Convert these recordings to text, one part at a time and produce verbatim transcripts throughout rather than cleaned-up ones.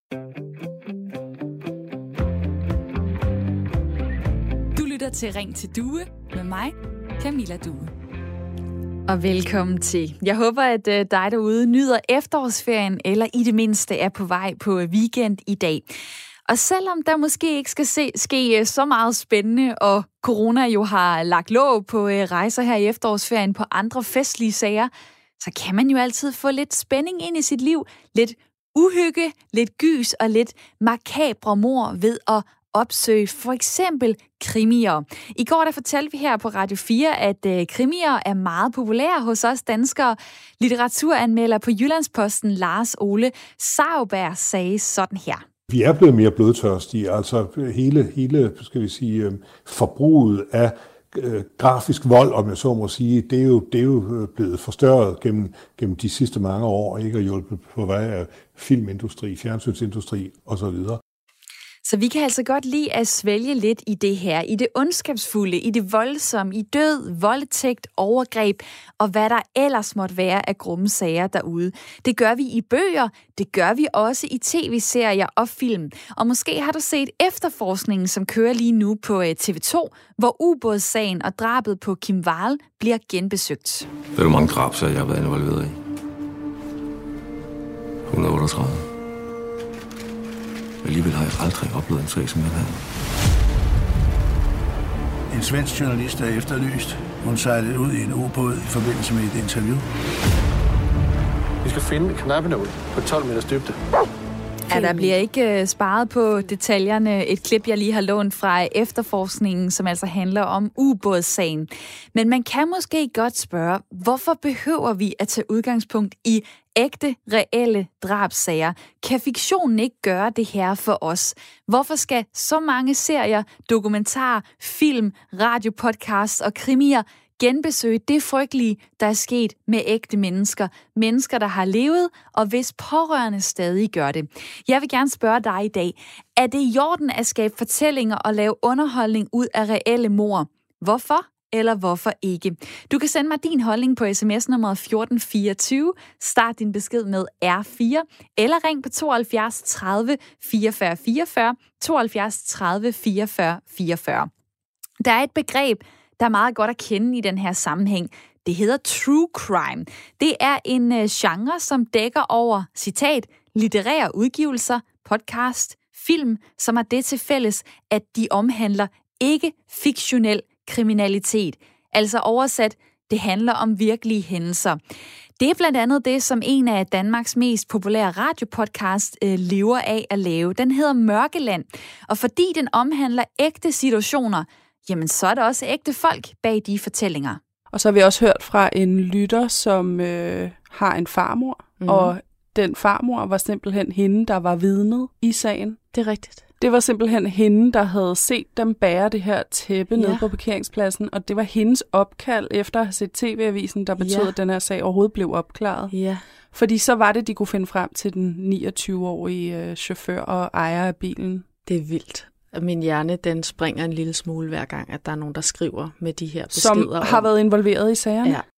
Du lytter til Ring til Due med mig, Camilla Due. Og velkommen til. Jeg håber, at dig derude nyder efterårsferien, eller i det mindste er på vej på weekend i dag. Og selvom der måske ikke skal se, ske så meget spændende, og corona jo har lagt låg på rejser her i efterårsferien på andre festlige sager, så kan man jo altid få lidt spænding ind i sit liv, lidt uhygge, lidt gys og lidt makabre mord ved at opsøge for eksempel krimier. I går der fortalte vi her på Radio fire, at øh, krimier er meget populære hos os danskere. Litteraturanmelder på Jyllandsposten Lars Ole Sauberg sagde sådan her. Vi er blevet mere blodtørstige, altså hele, hele skal vi sige, forbruget af øh, grafisk vold, om jeg så må sige, det er jo, det er jo blevet forstørret gennem, gennem de sidste mange år, ikke, og hjulpet på vej af filmindustri, fjernsynsindustri osv. Så vi kan altså godt lide at svælge lidt i det her, i det ondskabsfulde, i det voldsomme, i død, voldtægt, overgreb og hvad der ellers måtte være af grumme sager derude. Det gør vi i bøger, det gør vi også i tv-serier og film. Og måske har du set efterforskningen, som kører lige nu på T V to, hvor ubådssagen og drabet på Kim Wall bliver genbesøgt. Ved du, hvor mange drabsager jeg har været involveret i? et hundrede og otteogtredive. Alligevel har jeg aldrig oplevet en sag som den her. En svensk journalist er efterlyst. Hun sejlede ud i en ubåd i forbindelse med et interview. Vi skal finde et knappenål på tolv meters dybde. Ja, der bliver ikke sparet på detaljerne. Et klip, jeg lige har lånt fra efterforskningen, som altså handler om ubådssagen. Men man kan måske godt spørge, hvorfor behøver vi at tage udgangspunkt i ægte, reelle drabssager? Kan fiktionen ikke gøre det her for os? Hvorfor skal så mange serier, dokumentarer, film, radiopodcasts og krimier genbesøge det frygtelige, der er sket med ægte mennesker. Mennesker, der har levet, og hvis pårørende stadig gør det. Jeg vil gerne spørge dig i dag. Er det i orden at skabe fortællinger og lave underholdning ud af reelle mord? Hvorfor? Eller hvorfor ikke? Du kan sende mig din holdning på sms-nummeret fjorten fireogtyve. Start din besked med R fire. Eller ring på tooghalvfjerds tredive fireogfyrre fireogfyrre. tooghalvfjerds tredive fireogfyrre fireogfyrre. Der er et begreb, der er meget godt at kende i den her sammenhæng. Det hedder true crime. Det er en genre, som dækker over, citat, litterære udgivelser, podcast, film, som har det til fælles, at de omhandler ikke-fiktionel kriminalitet. Altså oversat, det handler om virkelige hændelser. Det er blandt andet det, som en af Danmarks mest populære radiopodcast øh, lever af at lave. Den hedder Mørkeland. Og fordi den omhandler ægte situationer, jamen så er der også ægte folk bag de fortællinger. Og så har vi også hørt fra en lytter, som øh, har en farmor, mm. og den farmor var simpelthen hende, der var vidnet i sagen. Det er rigtigt. Det var simpelthen hende, der havde set dem bære det her tæppe ja. ned på parkeringspladsen, og det var hendes opkald efter at have set T V-avisen, der betød, ja. at den her sag overhovedet blev opklaret. Ja. Fordi så var det, de kunne finde frem til den niogtyve-årige øh, chauffør og ejer af bilen. Det er vildt. Min hjerne, den springer en lille smule hver gang, at der er nogen, der skriver med de her beskeder. Som har været involveret i sagerne? Ja.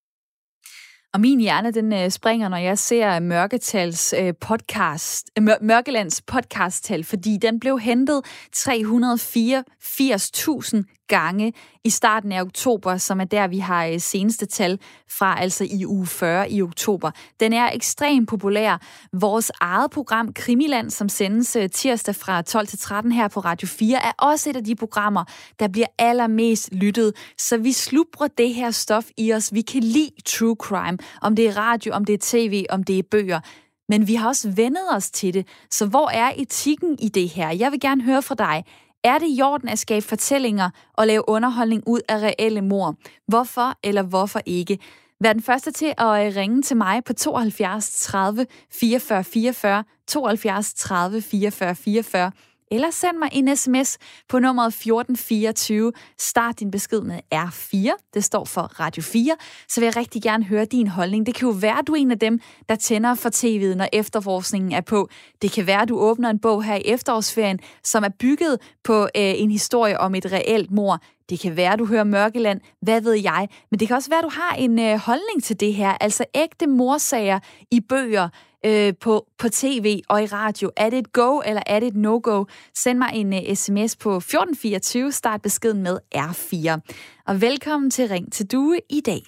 Og min hjerne, den øh, springer, når jeg ser Mørketals øh, podcast, øh, Mør- Mørkelands podcasttal, fordi den blev hentet tre hundrede og fireogfirs tusind gange i starten af oktober, som er der, vi har øh, seneste tal fra, altså i uge fyrre i oktober. Den er ekstremt populær. Vores eget program, Krimiland, som sendes øh, tirsdag fra tolv til tretten her på Radio fire, er også et af de programmer, der bliver allermest lyttet. Så vi slubrer det her stof i os. Vi kan lide true crime, om det er radio, om det er tv, om det er bøger. Men vi har også vendet os til det. Så hvor er etikken i det her? Jeg vil gerne høre fra dig. Er det i orden at skabe fortællinger og lave underholdning ud af reelle mord? Hvorfor eller hvorfor ikke? Vær den første til at ringe til mig på tooghalvfjerds tredive fireogfyrre fireogfyrre, tooghalvfjerds tredive fireogfyrre fireogfyrre, eller send mig en sms på nummeret fjorten fireogtyve. Start din besked med R fire. Det står for Radio fire. Så vil jeg rigtig gerne høre din holdning. Det kan jo være, at du er en af dem, der tænder for tv'et, når efterforskningen er på. Det kan være, at du åbner en bog her i efterårsferien, som er bygget på øh, en historie om et reelt mord. Det kan være, du hører Mørkeland. Hvad ved jeg? Men det kan også være, du har en øh, holdning til det her. Altså ægte morsager i bøger, øh, på, på tv og i radio. Er det et go, eller er det et no-go? Send mig en uh, sms på fjorten fireogtyve. Start beskeden med R fire. Og velkommen til Ring til Due i dag.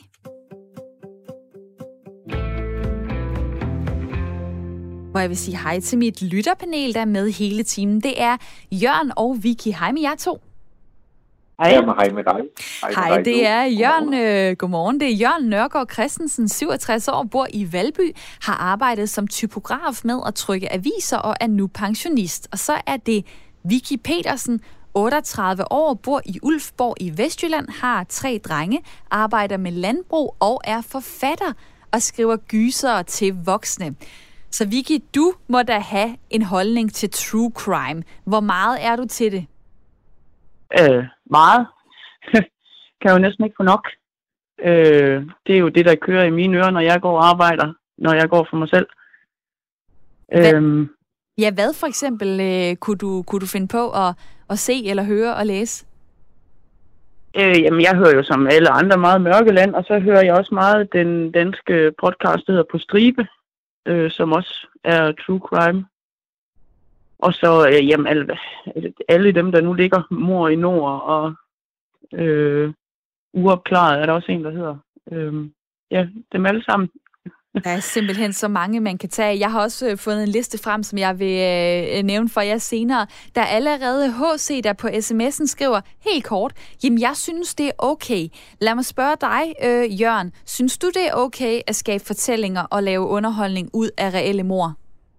Hvor jeg vil sige hej til mit lytterpanel, der er med hele timen. Det er Jørgen og Vicky. Hej med jer to. Hej. Jamen, hej med dig. Hej, hej med dig, det er Jørgen, øh, godmorgen. Det er Jørgen Nørgaard Christensen, syvogtres år, bor i Valby, har arbejdet som typograf med at trykke aviser og er nu pensionist. Og så er det Vicky Petersen, otteogtredive år, bor i Ulfborg i Vestjylland, har tre drenge, arbejder med landbrug og er forfatter og skriver gysere til voksne. Så Vicky, du må da have en holdning til true crime. Hvor meget er du til det? Øh, meget. Kan jo næsten ikke få nok. Øh, det er jo det, der kører i mine ører, når jeg går og arbejder, når jeg går for mig selv. Hvad, øhm, ja, hvad for eksempel øh, kunne, du, kunne du finde på at, at se eller høre og læse? Øh, jamen, jeg hører jo som alle andre meget Mørkeland, og så hører jeg også meget den danske podcast, der hedder På Stribe, øh, som også er true crime. Og så, øh, jamen, alle, alle dem, der nu ligger mor i nord, og øh, uopklaret er der også en, der hedder. Øh, ja, dem alle sammen. Der er simpelthen så mange, man kan tage. Jeg har også fundet en liste frem, som jeg vil øh, nævne for jer senere. Der er allerede H C, der på sms'en skriver helt kort, jamen jeg synes, det er okay. Lad mig spørge dig, øh, Jørgen. Synes du, det er okay at skabe fortællinger og lave underholdning ud af reelle mord?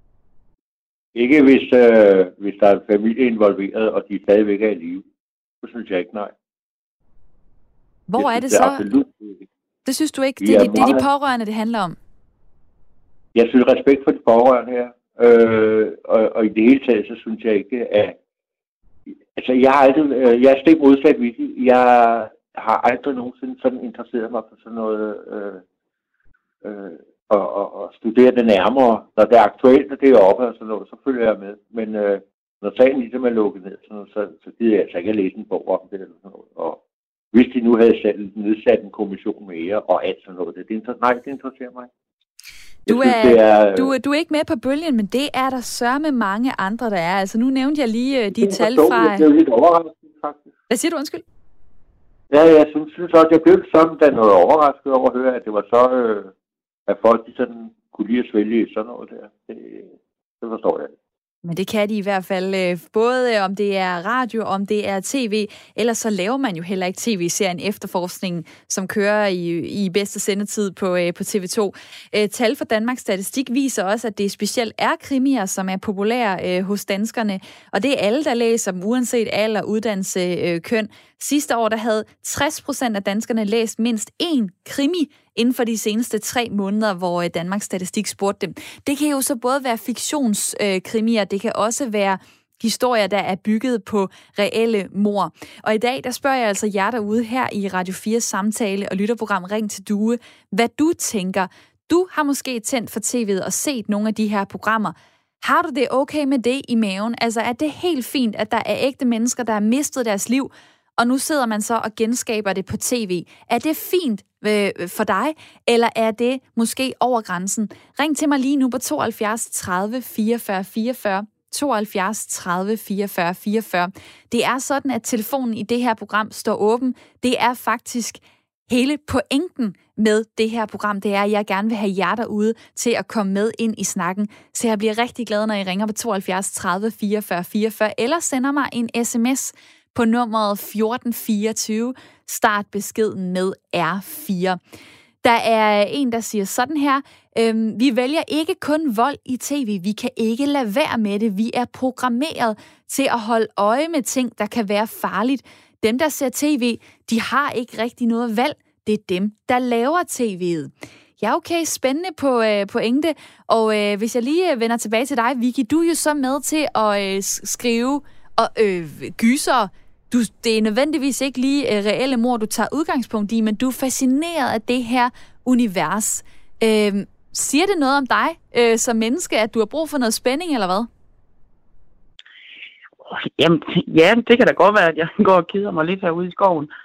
Ikke hvis, øh, hvis der er en familie involveret, og de stadigvæk er i live. Så synes jeg ikke, nej. Hvor jeg er det synes, så? Det, er det synes du ikke? Det er, det, det er de pårørende, det handler om? Jeg synes respekt for de pårørende her. Øh, og, og i det hele taget, så synes jeg ikke, at... Altså, jeg har aldrig... Jeg er stik modsat, Vicky. Jeg har aldrig nogensinde sådan interesseret mig for sådan noget... Øh, øh, Og, og, og studere det nærmere. Når det er aktuelt, og det er oppe og sådan noget, så følger jeg med. Men øh, når sagen ligesom er lukket ned, sådan noget, så, så gider jeg altså ikke at læse en bog om det eller sådan noget. Og hvis de nu havde sat, nedsat en kommission mere og alt sådan noget, det, det inter- nej, det interesserer mig. Du er, synes, er, øh... du, du er ikke med på bølgen, men det er der sørme mange andre, der er. Altså nu nævnte jeg lige uh, de tal fra... Jeg blev lidt overrasket, faktisk. Hvad siger du, undskyld? Ja, jeg synes, synes også, jeg blev sådan, da noget overrasket over at høre, at det var så... Øh, at folk de sådan kunne lide at svælge sådan noget der. Det, det forstår jeg. Men det kan de i hvert fald, både om det er radio, om det er tv, ellers så laver man jo heller ikke tv-serien Efterforskningen, som kører i, i bedste sendetid på, på T V to. Tal fra Danmarks Statistik viser også, at det specielt er krimier, som er populære hos danskerne, og det er alle, der læser dem, uanset alder, uddannelse, køn. Sidste år, der havde tres procent af danskerne læst mindst én krimi inden for de seneste tre måneder, hvor Danmarks Statistik spurgte dem. Det kan jo så både være fiktionskrimier, det kan også være historier, der er bygget på reelle mord. Og i dag, der spørger jeg altså jer derude her i Radio fires samtale- og lytterprogram Ring til Due, hvad du tænker. Du har måske tændt for tv'et og set nogle af de her programmer. Har du det okay med det i maven? Altså, er det helt fint, at der er ægte mennesker, der har mistet deres liv, og nu sidder man så og genskaber det på tv. Er det fint øh, for dig, eller er det måske over grænsen? Ring til mig lige nu på tooghalvfjerds tredive fireogfyrre fireogfyrre. tooghalvfjerds tredive fireogfyrre fireogfyrre. Det er sådan, at telefonen i det her program står åben. Det er faktisk hele pointen med det her program, det er, at jeg gerne vil have jer derude til at komme med ind i snakken. Så jeg bliver rigtig glad, når I ringer på tooghalvfjerds tredive fireogfyrre fireogfyrre, eller sender mig en sms på nummeret fjorten fireogtyve. Start beskeden med R fire. Der er en, der siger sådan her, øhm, vi vælger ikke kun vold i tv, vi kan ikke lade være med det. Vi er programmeret til at holde øje med ting, der kan være farligt. Dem, der ser tv, de har ikke rigtig noget valg. Det er dem, der laver tv'et. Ja, okay, spændende på øh, pointe. Og øh, hvis jeg lige vender tilbage til dig, Vicky, du er jo så med til at øh, skrive og øh, gyser. Du, det er nødvendigvis ikke lige øh, reelle mord, du tager udgangspunkt i, men du er fascineret af det her univers. Øh, siger det noget om dig øh, som menneske, at du har brug for noget spænding, eller hvad? Jamen, ja, det kan da godt være, at jeg går og keder mig lidt herude i skoven.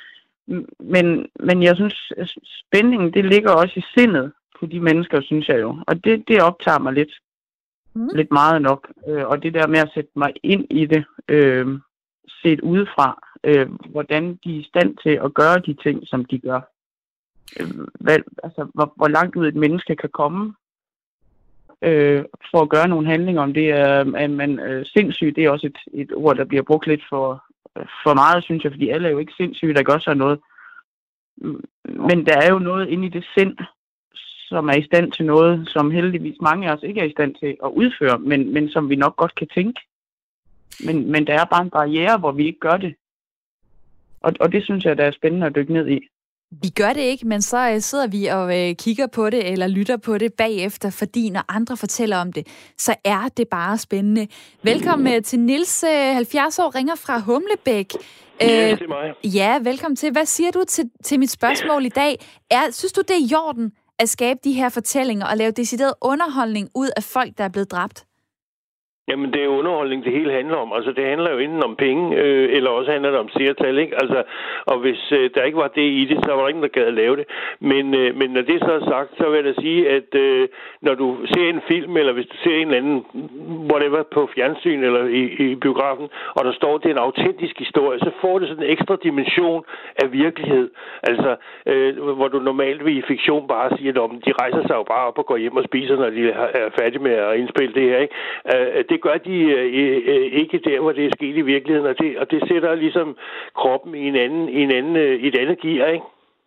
Men, men jeg synes, spændingen, det ligger også i sindet på de mennesker, synes jeg jo. Og det, det optager mig lidt. Mm. Lidt meget nok. Øh, og det der med at sætte mig ind i det, øh, set udefra, øh, hvordan de er i stand til at gøre de ting, som de gør. Øh, hvad, altså, hvor, hvor langt ud et menneske kan komme øh, for at gøre nogle handlinger. Om det er, at man øh, sindssyg, det er også et, et ord, der bliver brugt lidt for, for meget, synes jeg, fordi alle er jo ikke sindssyge, der gør sådan noget. Men der er jo noget inde i det sind, som er i stand til noget, som heldigvis mange af os ikke er i stand til at udføre, men, men som vi nok godt kan tænke. Men, men der er bare en barriere, hvor vi ikke gør det. Og, og det synes jeg, der er spændende at dykke ned i. Vi gør det ikke, men så øh, sidder vi og øh, kigger på det, eller lytter på det bagefter, fordi når andre fortæller om det, så er det bare spændende. Velkommen øh, til Niels, øh, halvfjerds år, ringer fra Humlebæk. Ja, det er mig. Ja, velkommen til. Hvad siger du til, til mit spørgsmål i dag? Er, synes du, det er i orden at skabe de her fortællinger og lave decideret underholdning ud af folk, der er blevet dræbt? Jamen, det er underholdning, det hele handler om. Altså, det handler jo enten om penge, øh, eller også handler det om seertal, ikke? Altså, og hvis øh, der ikke var det i det, så var der ingen, der gad at lave det. Men, øh, men når det så er sagt, så vil jeg da sige, at øh, når du ser en film, eller hvis du ser en eller anden, whatever, på fjernsyn eller i, i biografen, og der står, det er en autentisk historie, så får det sådan en ekstra dimension af virkelighed. Altså, øh, hvor du normalt ved i fiktion bare siger, at de rejser sig jo bare op og går hjem og spiser, når de er færdige med at indspille det her, ikke? Øh, det gør de øh, ikke der, hvor det er sket i virkeligheden, og det, og det sætter ligesom kroppen i en anden, i en anden, øh, i et andet gear, ikke?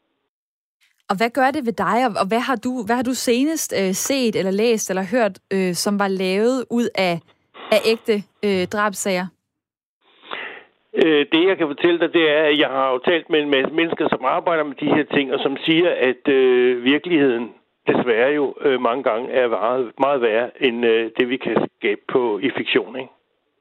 Og hvad gør det ved dig, og hvad har du, hvad har du senest øh, set eller læst eller hørt, øh, som var lavet ud af, af ægte øh, drabsager? Øh, det, jeg kan fortælle dig, det er, at jeg har jo talt med en masse mennesker, som arbejder med de her ting, og som siger, at øh, virkeligheden desværre jo øh, mange gange er meget, meget værre end øh, det, vi kan skabe på i fiktion, ikke?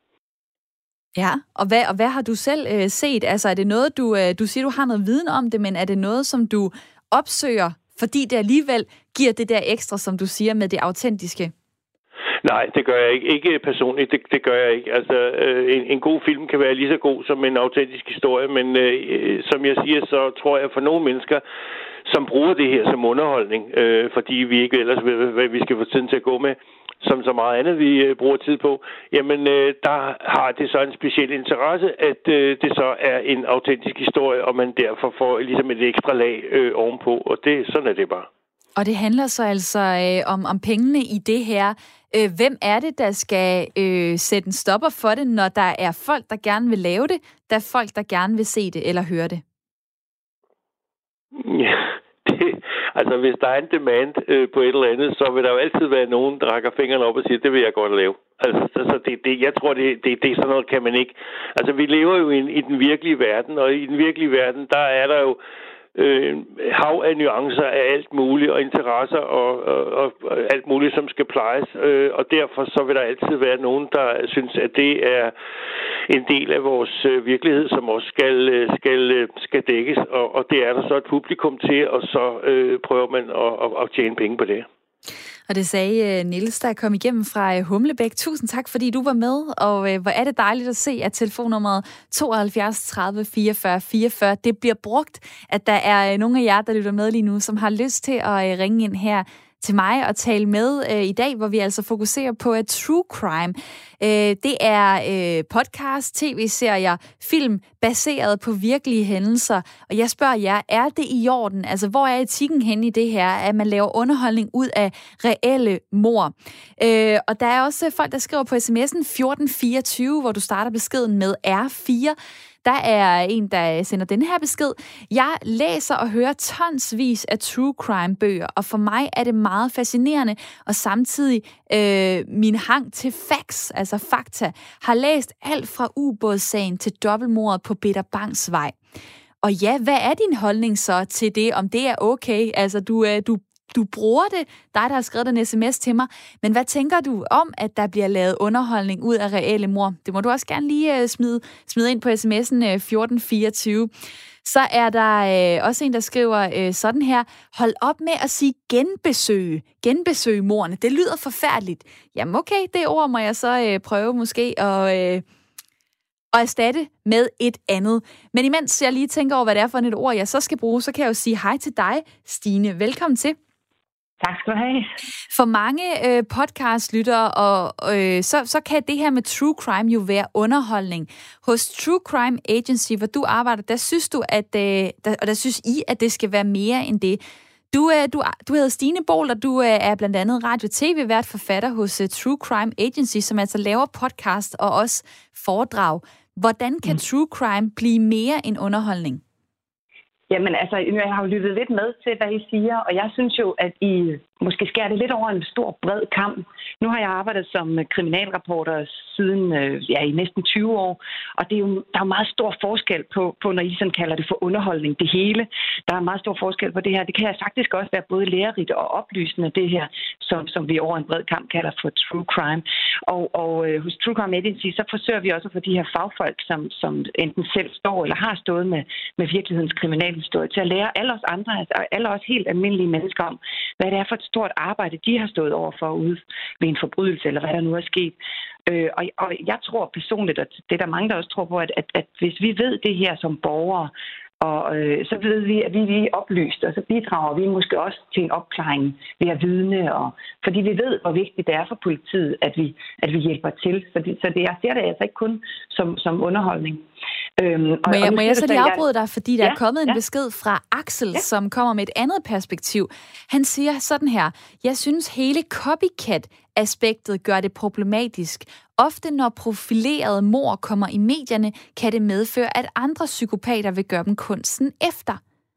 Ja, og hvad, og hvad har du selv øh, set? Altså, er det noget, du, øh, du siger, du har noget viden om det, men er det noget, som du opsøger, fordi det alligevel giver det der ekstra, som du siger, med det autentiske? Nej, det gør jeg ikke. Ikke personligt, det, det gør jeg ikke. Altså, øh, en, en god film kan være lige så god som en autentisk historie, men øh, som jeg siger, så tror jeg for nogle mennesker, som bruger det her som underholdning, øh, fordi vi ikke ellers ved, hvad vi skal få tiden til at gå med, som så meget andet, vi øh, bruger tid på, jamen øh, der har det så en speciel interesse, at øh, det så er en autentisk historie, og man derfor får ligesom et ekstra lag øh, ovenpå, og det, sådan er det bare. Og det handler så altså øh, om, om pengene i det her. Øh, hvem er det, der skal øh, sætte en stopper for det, når der er folk, der gerne vil lave det, der er folk, der gerne vil se det eller høre det? Ja, det, altså hvis der er en demand øh, på et eller andet, så vil der jo altid være nogen, der rækker fingrene op og siger, det vil jeg godt lave. Altså, så det, det, jeg tror, det, det, det er sådan noget, kan man ikke. Altså, vi lever jo i, i den virkelige verden, og i den virkelige verden, der er der jo øh, hav af nuancer af alt muligt, og interesser og, og, og, og alt muligt, som skal plejes. Øh, og derfor så vil der altid være nogen, der synes, at det er en del af vores øh, virkelighed, som også skal, skal, skal dækkes. Og, og det er der så et publikum til, og så øh, prøver man at, at, at tjene penge på det. Og det sagde Niels, der kom igennem fra Humlebæk. Tusind tak, fordi du var med, og øh, hvor er det dejligt at se, at telefonnummeret tooghalvfjerds tredive fireogfyrre fireogfyrre, det bliver brugt, at der er nogle af jer, der lytter med lige nu, som har lyst til at øh, ringe ind her til mig og tale med øh, i dag, hvor vi altså fokuserer på et true crime. Øh, det er øh, podcast, tv-serier, film baseret på virkelige hændelser. Og jeg spørger jer, er det i orden? Altså, hvor er etikken henne i det her, at man laver underholdning ud af reelle mord? Øh, og der er også folk, der skriver på sms'en fjorten fireogtyve, hvor du starter beskeden med R fire. Der er en, der sender den her besked. Jeg læser og hører tonsvis af true crime bøger, og for mig er det meget fascinerende, og samtidig øh, min hang til facts, altså fakta, har læst alt fra ubådssagen til dobbeltmordet på Peter Bangs Vej. Og ja, hvad er din holdning så til det, om det er okay? Altså, du, øh, du Du bruger det, dig der har skrevet en sms til mig, men hvad tænker du om, at der bliver lavet underholdning ud af reelle mord? Det må du også gerne lige uh, smide, smide ind på sms'en uh, fjorten fireogtyve. Så er der uh, også en, der skriver uh, sådan her: hold op med at sige genbesøge. Genbesøge mordene. Det lyder forfærdeligt. Jamen okay, det ord må jeg så uh, prøve måske at... Uh, og erstatte med et andet. Men imens jeg lige tænker over, hvad det er for et ord, jeg så skal bruge, så kan jeg jo sige hej til dig, Stine. Velkommen til. Tak skal du have. For mange øh, podcastlyttere, og øh, så, så kan det her med true crime jo være underholdning. Hos True Crime Agency, hvor du arbejder, der synes du, at, øh, der, og der synes I, at det skal være mere end det. Du, øh, du, du hedder Stine Bohl, og du øh, er blandt andet radio-tv-vært forfatter hos uh, True Crime Agency, som altså laver podcast og også foredrag. Hvordan kan mm. true crime blive mere end underholdning? Jamen altså, jeg har jo lyttet lidt med til, hvad I siger, og jeg synes jo, at I måske skærer det lidt over en stor, bred kamp. Nu har jeg arbejdet som kriminalreporter siden ja, i næsten tyve år, og det er jo, der er jo meget stor forskel på, på, når I sådan kalder det for underholdning, det hele. Der er meget stor forskel på det her. Det kan faktisk også være både lærerigt og oplysende, det her, som, som vi over en bred kamp kalder for true crime. Og, og hos True Crime Agency, så forsøger vi også at få de her fagfolk, som, som enten selv står eller har stået med, med virkelighedens kriminalhistorie, til at lære alle os andre, altså alle os helt almindelige mennesker om, hvad det er for et stort arbejde, de har stået over for ude ved en forbrydelse, eller hvad der nu er sket. Øh, og, og jeg tror personligt, at det er der mange, der også tror på, at, at, at hvis vi ved det her som borgere, og øh, så ved vi, at vi, vi er oplyst, og så bidrager vi måske også til en opklaring ved at vidne, og, fordi vi ved, hvor vigtigt det er for politiet, at vi, at vi hjælper til. Så det, så det, jeg ser det altså ikke kun som, som underholdning. Øhm, og, må jeg, og må jeg så lige afbryde dig, fordi der ja, er kommet en ja. besked fra Axel, ja. som kommer med et andet perspektiv. Han siger sådan her: jeg synes hele copycat-aspektet gør det problematisk. Ofte når profilerede mord kommer i medierne, kan det medføre, at andre psykopater vil gøre dem kunsten efter.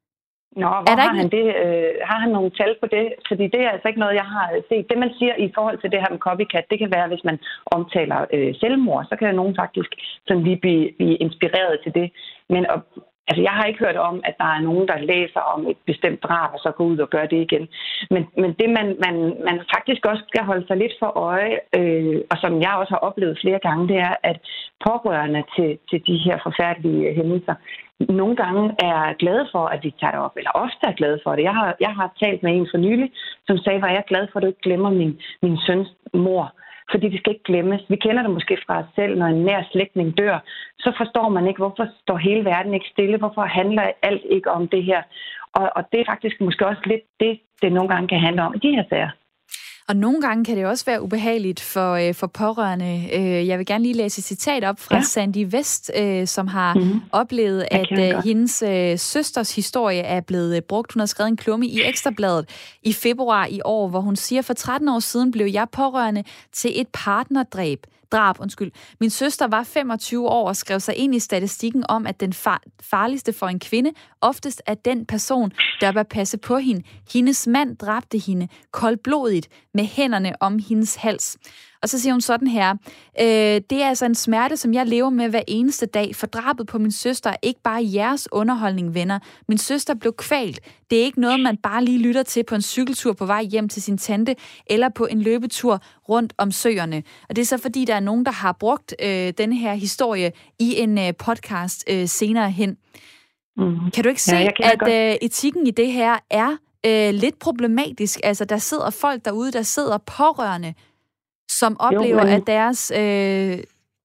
Nå, hvor har, han det, øh, har han nogle tal på det? Fordi det er altså ikke noget, jeg har set. Det, man siger i forhold til det her med copycat, det kan være, hvis man omtaler øh, selvmord, så kan nogen faktisk sådan lige blive, blive inspireret til det. Men og, altså, jeg har ikke hørt om, at der er nogen, der læser om et bestemt drab, og så går ud og gør det igen. Men, men det, man, man, man faktisk også skal holde sig lidt for øje, øh, og som jeg også har oplevet flere gange, det er, at pårørende til, til de her forfærdelige hændelser nogle gange er glade for, at vi tager det op, eller ofte er glade for det. Jeg har, jeg har talt med en for nylig, som sagde, at jeg er glad for, at du ikke glemmer min, min søns mor. Fordi det skal ikke glemmes. Vi kender det måske fra os selv, når en nær slægtning dør. Så forstår man ikke, hvorfor står hele verden ikke stille? Hvorfor handler alt ikke om det her? Og, og det er faktisk måske også lidt det, det nogle gange kan handle om i de her sager. Og nogle gange kan det også være ubehageligt for, øh, for pårørende. Øh, jeg vil gerne lige læse et citat op fra ja. Sandy West, øh, som har mm-hmm. oplevet, at øh, hendes øh, søsters historie er blevet øh, brugt. Hun har skrevet en klumme i Ekstrabladet i februar i år, hvor hun siger, for tretten år siden blev jeg pårørende til et partnerdræb. Drab, undskyld. Min søster var femogtyve år og skrev sig ind i statistikken om, at den far- farligste for en kvinde oftest er den person, der bør passe på hende. Hendes mand dræbte hende koldblodigt med hænderne om hendes hals. Og så siger hun sådan her: øh, det er altså en smerte, som jeg lever med hver eneste dag, for drabet på min søster er ikke bare jeres underholdning, venner. Min søster blev kvalt. Det er ikke noget, man bare lige lytter til på en cykeltur på vej hjem til sin tante, eller på en løbetur rundt om søerne. Og det er så fordi, der er nogen, der har brugt øh, denne her historie i en øh, podcast øh, senere hen. Mm. Kan du ikke se, ja, at øh, etikken i det her er øh, lidt problematisk? Altså, der sidder folk derude, der sidder pårørende, som oplever, jo, men... at deres øh,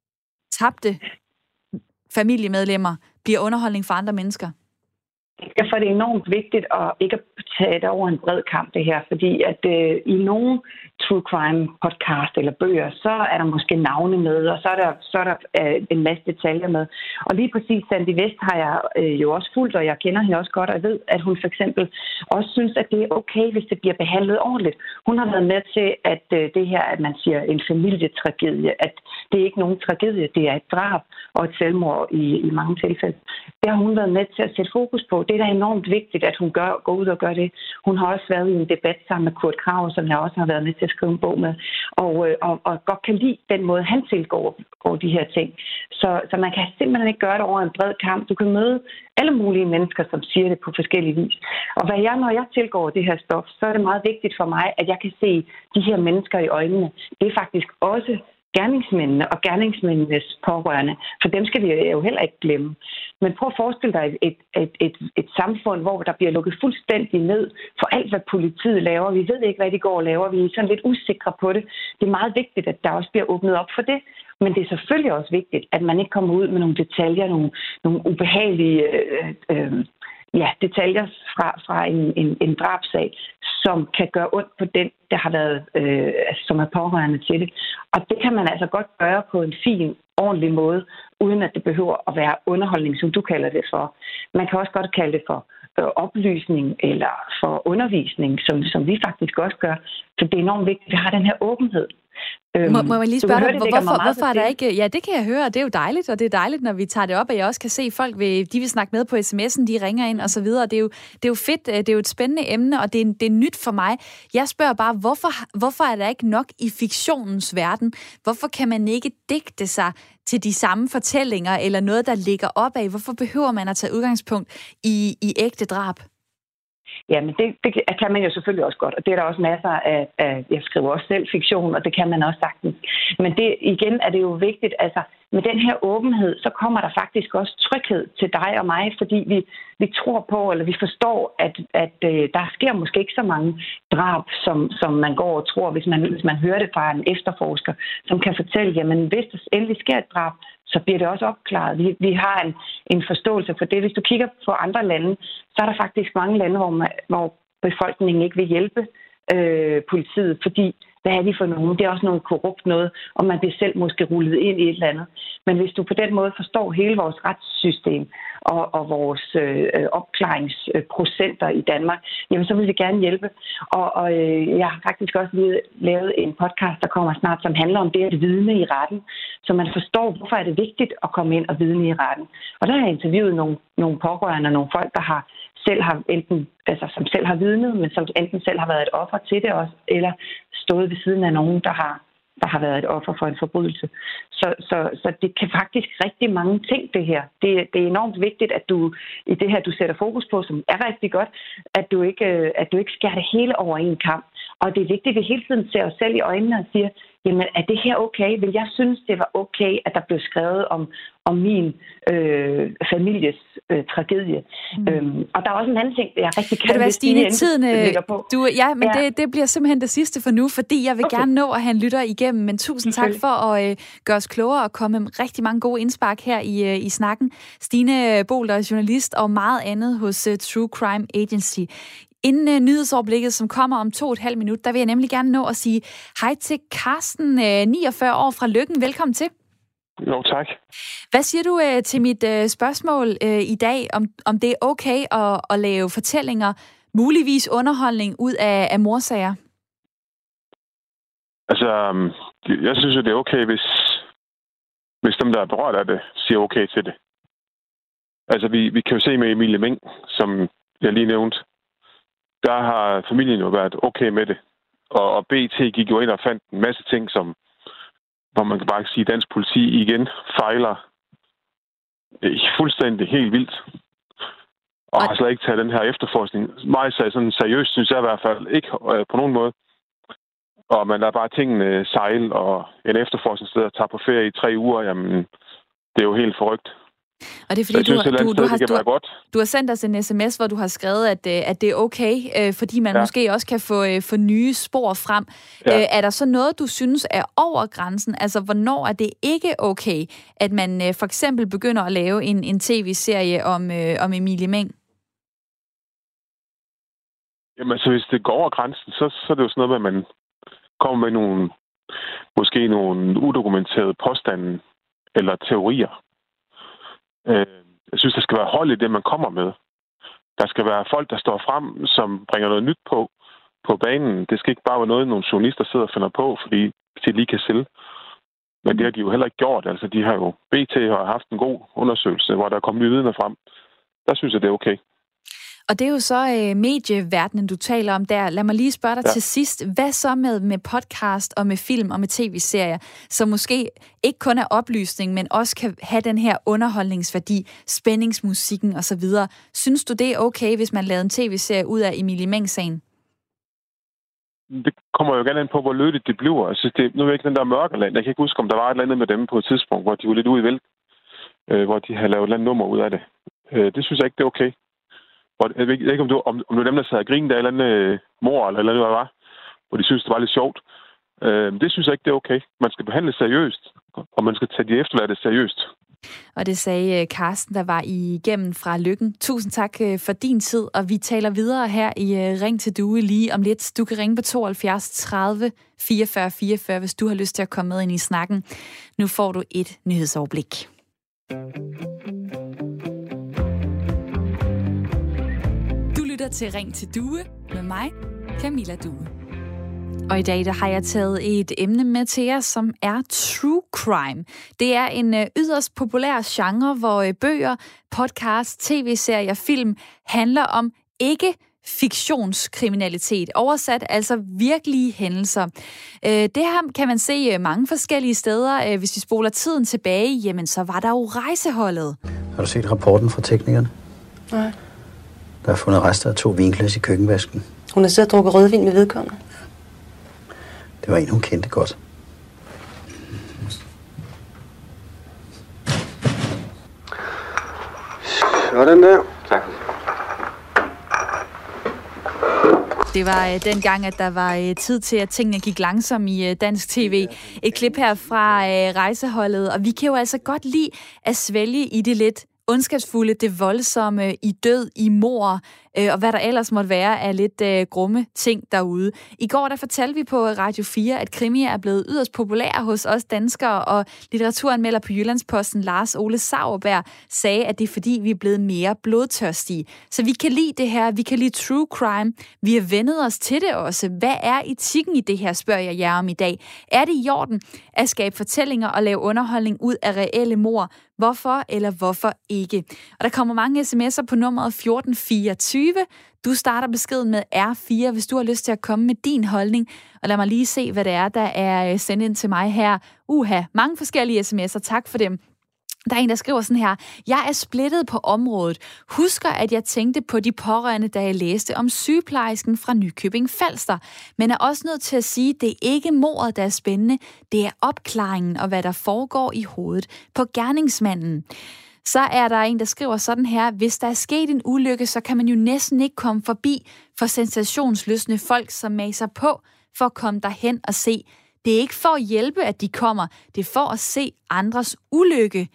tabte familiemedlemmer bliver underholdning for andre mennesker. Derfor er det enormt vigtigt at ikke at tage det over en bred kamp, det her. Fordi at øh, i nogle true crime podcast eller bøger, så er der måske navne med, og så er der, så er der øh, en masse detaljer med. Og lige præcis Sandy West har jeg øh, jo også fulgt, og jeg kender hende også godt, og jeg ved, at hun for eksempel også synes, at det er okay, hvis det bliver behandlet ordentligt. Hun har været med til, at øh, det her, at man siger en familietragedie, at det er ikke nogen tragedie, det er et drab og et selvmord i, i mange tilfælde. Det har hun været med til at sætte fokus på. Det er da enormt vigtigt, at hun gør, går ud og gør det. Hun har også været i en debat sammen med Kurt Krag, som jeg også har været med til at skrive en bog med, og, og, og godt kan lide den måde, han tilgår går de her ting. Så, så man kan simpelthen ikke gøre det over en bred kamp. Du kan møde alle mulige mennesker, som siger det på forskellige vis. Og hvad jeg, når jeg tilgår det her stof, så er det meget vigtigt for mig, at jeg kan se de her mennesker i øjnene. Det er faktisk også gerningsmændene og gerningsmændenes pårørende, for dem skal vi jo heller ikke glemme. Men prøv at forestille dig et, et, et, et samfund, hvor der bliver lukket fuldstændig ned for alt, hvad politiet laver. Vi ved ikke, hvad de går og laver. Vi er sådan lidt usikre på det. Det er meget vigtigt, at der også bliver åbnet op for det. Men det er selvfølgelig også vigtigt, at man ikke kommer ud med nogle detaljer, nogle, nogle ubehagelige øh, øh, ja, detaljer fra, fra en, en, en drabsag, som kan gøre ondt på den, der har været, øh, som er pårørende til det. Og det kan man altså godt gøre på en fin, ordentlig måde, uden at det behøver at være underholdning, som du kalder det for. Man kan også godt kalde det for øh, oplysning eller for undervisning, som, som vi faktisk også gør. Så det er enormt vigtigt, at vi har den her åbenhed. Må, må jeg lige spørge dig, hvor, hvorfor, hvorfor er der ikke... Ja, det kan jeg høre, og det er jo dejligt, og det er dejligt, når vi tager det op, og jeg også kan se, at folk vil, de vil snakke med på sms'en, de ringer ind og så videre. Det er jo, det er jo fedt, det er jo et spændende emne, og det er, det er nyt for mig. Jeg spørger bare, hvorfor, hvorfor er der ikke nok i fiktionens verden? Hvorfor kan man ikke digte sig til de samme fortællinger, eller noget, der ligger op af? Hvorfor behøver man at tage udgangspunkt i, i ægte drab? Ja, men det, det kan man jo selvfølgelig også godt, og det er der også masser af, af, jeg skriver også selv fiktion, og det kan man også sagtens. Men det, igen er det jo vigtigt, altså med den her åbenhed, så kommer der faktisk også tryghed til dig og mig, fordi vi, vi tror på, eller vi forstår, at, at øh, der sker måske ikke så mange drab, som, som man går og tror, hvis man, hvis man hører det fra en efterforsker, som kan fortælle, jamen hvis der endelig sker et drab, så bliver det også opklaret. Vi, vi har en, en forståelse for det. Hvis du kigger på andre lande, så er der faktisk mange lande, hvor, man, hvor befolkningen ikke vil hjælpe øh, politiet, fordi hvad er de for nogen? Det er også noget korrupt noget, og man bliver selv måske rullet ind i et eller andet. Men hvis du på den måde forstår hele vores retssystem og, og vores øh, opklaringsprocenter i Danmark, jamen så vil vi gerne hjælpe. Og, og øh, jeg har faktisk også lige lavet en podcast, der kommer snart, som handler om det at vidne i retten, så man forstår, hvorfor er det vigtigt at komme ind og vidne i retten. Og der har jeg interviewet nogle, nogle pårørende, nogle folk, der har selv har enten, altså som selv har vidnet, men som enten selv har været et offer til det også, eller stået ved siden af nogen, der har, der har været et offer for en forbrydelse. Så, så, så det kan faktisk rigtig mange ting, det her. Det, det er enormt vigtigt, at du i det her, du sætter fokus på, som er rigtig godt, at du ikke, at du ikke skærer det hele over en kamp. Og det er vigtigt, at vi hele tiden ser os selv i øjnene og siger, jamen er det her okay? Vil jeg synes, det var okay, at der blev skrevet om, om min øh, families øh, tragedie? Mm. Øhm, og der er også en anden ting, jeg rigtig kan det Stine, i tiden, på. Du, ja, men ja. Det, det bliver simpelthen det sidste for nu, fordi jeg vil okay. gerne nå at have en lytter igennem, men tusind tak for at øh, gøre os klogere og komme med rigtig mange gode indspark her i, øh, i snakken. Stine Bohler, journalist og meget andet hos uh, True Crime Agency. Inden uh, nyhedsoverblikket, som kommer om to og et halvt minut, der vil jeg nemlig gerne nå at sige hej til Carsten, uh, niogfyrre år fra Løkken. Velkommen til. Jo, tak. Hvad siger du uh, til mit uh, spørgsmål uh, i dag, om, om det er okay at, at lave fortællinger, muligvis underholdning, ud af, af morsager? Altså, jeg synes jo, det er okay, hvis, hvis dem, der er berørt af det, siger okay til det. Altså, vi, vi kan jo se med Emilie Meng, som jeg lige nævnte, der har familien jo været okay med det. Og, og B T gik jo ind og fandt en masse ting, som, hvor man kan bare sige, at dansk politi igen fejler fuldstændig helt vildt. Og har slet ikke taget den her efterforskning. Meget sådan seriøst, synes jeg i hvert fald ikke øh, på nogen måde. Og man lader bare tingene sejle, og en efterforskningssted tager på ferie i tre uger, jamen, det er jo helt forrygt. Og det er fordi, du, du, du, har, du, har, du har sendt os en sms, hvor du har skrevet, at, at det er okay, øh, fordi man ja. måske også kan få, øh, få nye spor frem. Ja. Øh, er der så noget, du synes er over grænsen? Altså, hvornår er det ikke okay, at man øh, for eksempel begynder at lave en, en tv-serie om, øh, om Emilie Meng? Jamen, så hvis det går over grænsen, så, så er det jo sådan noget med, at man kommer med nogle, måske nogle udokumenterede påstande eller teorier. Jeg synes, der skal være hold i det, man kommer med. Der skal være folk, der står frem, som bringer noget nyt på, på banen. Det skal ikke bare være noget, nogle journalister sidder og finder på, fordi de lige kan sælge. Men det har de jo heller ikke gjort. Altså, de har jo, B T har haft en god undersøgelse, hvor der er kommet nye vidner frem. Der synes jeg, det er okay. Og det er jo så øh, medieverdenen, du taler om der. Lad mig lige spørge dig ja. til sidst. Hvad så med, med podcast og med film og med tv-serier, som måske ikke kun er oplysning, men også kan have den her underholdningsværdi, spændingsmusikken osv. Synes du, det er okay, hvis man laver en tv-serie ud af Emilie Meng-sagen? Det kommer jo gerne an på, hvor lødigt det bliver. Jeg synes, det, nu er ikke den der Mørkeland. Jeg kan ikke huske, om der var et eller andet med dem på et tidspunkt, hvor de var lidt ude i vælt, øh, hvor de havde lavet et eller andet nummer ud af det. Øh, det synes jeg ikke, det er okay. Jeg ved ikke, om du, om, om du dem, der sad og grinede af et eller andet øh, mor, eller, eller hvad det var, hvor de synes, det var lidt sjovt. Øh, det synes jeg ikke, det er okay. Man skal behandle seriøst, og man skal tage de efterladte seriøst. Og det sagde Carsten, der var igennem fra Lykken. Tusind tak for din tid, og vi taler videre her i Ring til Due lige om lidt. Du kan ringe på tooghalvfjerds tredive fireogfyrre fireogfyrre, hvis du har lyst til at komme med ind i snakken. Nu får du et nyhedsoverblik. Du lytter til Ring til Due med mig, Camilla Due. Og i dag der har jeg taget et emne med til jer, som er true crime. Det er en yderst populær genre, hvor bøger, podcast, tv-serier, film handler om ikke fiktionskriminalitet. Oversat altså virkelige hændelser. Det her kan man se mange forskellige steder. Hvis vi spoler tiden tilbage, jamen så var der jo Rejseholdet. Har du set rapporten fra teknikerne? Nej. Der er fundet rester af to vinglas i køkkenvasken. Hun har siddet og drukket rødvin med vedkommende. Det var en, hun kendte godt. Sådan der. Tak. Det var øh, dengang, at der var øh, tid til, at tingene gik langsomt i øh, dansk tv. Et klip her fra øh, Rejseholdet, og vi kan jo altså godt lide at svælge i det lidt ondskabsfulde, det voldsomme, i død, i mord, øh, og hvad der ellers måtte være af lidt øh, grumme ting derude. I går der fortalte vi på Radio fire, at krimier er blevet yderst populære hos os danskere, og litteraturanmelder på Jyllandsposten Lars Ole Sauerberg sagde, at det er fordi, vi er blevet mere blodtørstige. Så vi kan lide det her, vi kan lide true crime, vi har vendet os til det også. Hvad er etikken i det her, spørger jeg jer om i dag. Er det i orden at skabe fortællinger og lave underholdning ud af reelle mord? Hvorfor eller hvorfor ikke? Og der kommer mange sms'er på nummeret fjorten fireogtyve. Du starter beskeden med R fire, hvis du har lyst til at komme med din holdning. Og lad mig lige se, hvad det er, der er sendt ind til mig her. Uha, mange forskellige sms'er. Tak for dem. Der er en, der skriver sådan her: Jeg er splittet på området. Husker, at jeg tænkte på de pårørende, da jeg læste om sygeplejersken fra Nykøbing Falster. Men er også nødt til at sige, at det er ikke mordet, der er spændende. Det er opklaringen og hvad der foregår i hovedet på gerningsmanden. Så er der en, der skriver sådan her: Hvis der er sket en ulykke, så kan man jo næsten ikke komme forbi for sensationslystne folk, som maser på for at komme derhen og se. Det er ikke for at hjælpe, at de kommer. Det er for at se andres ulykke.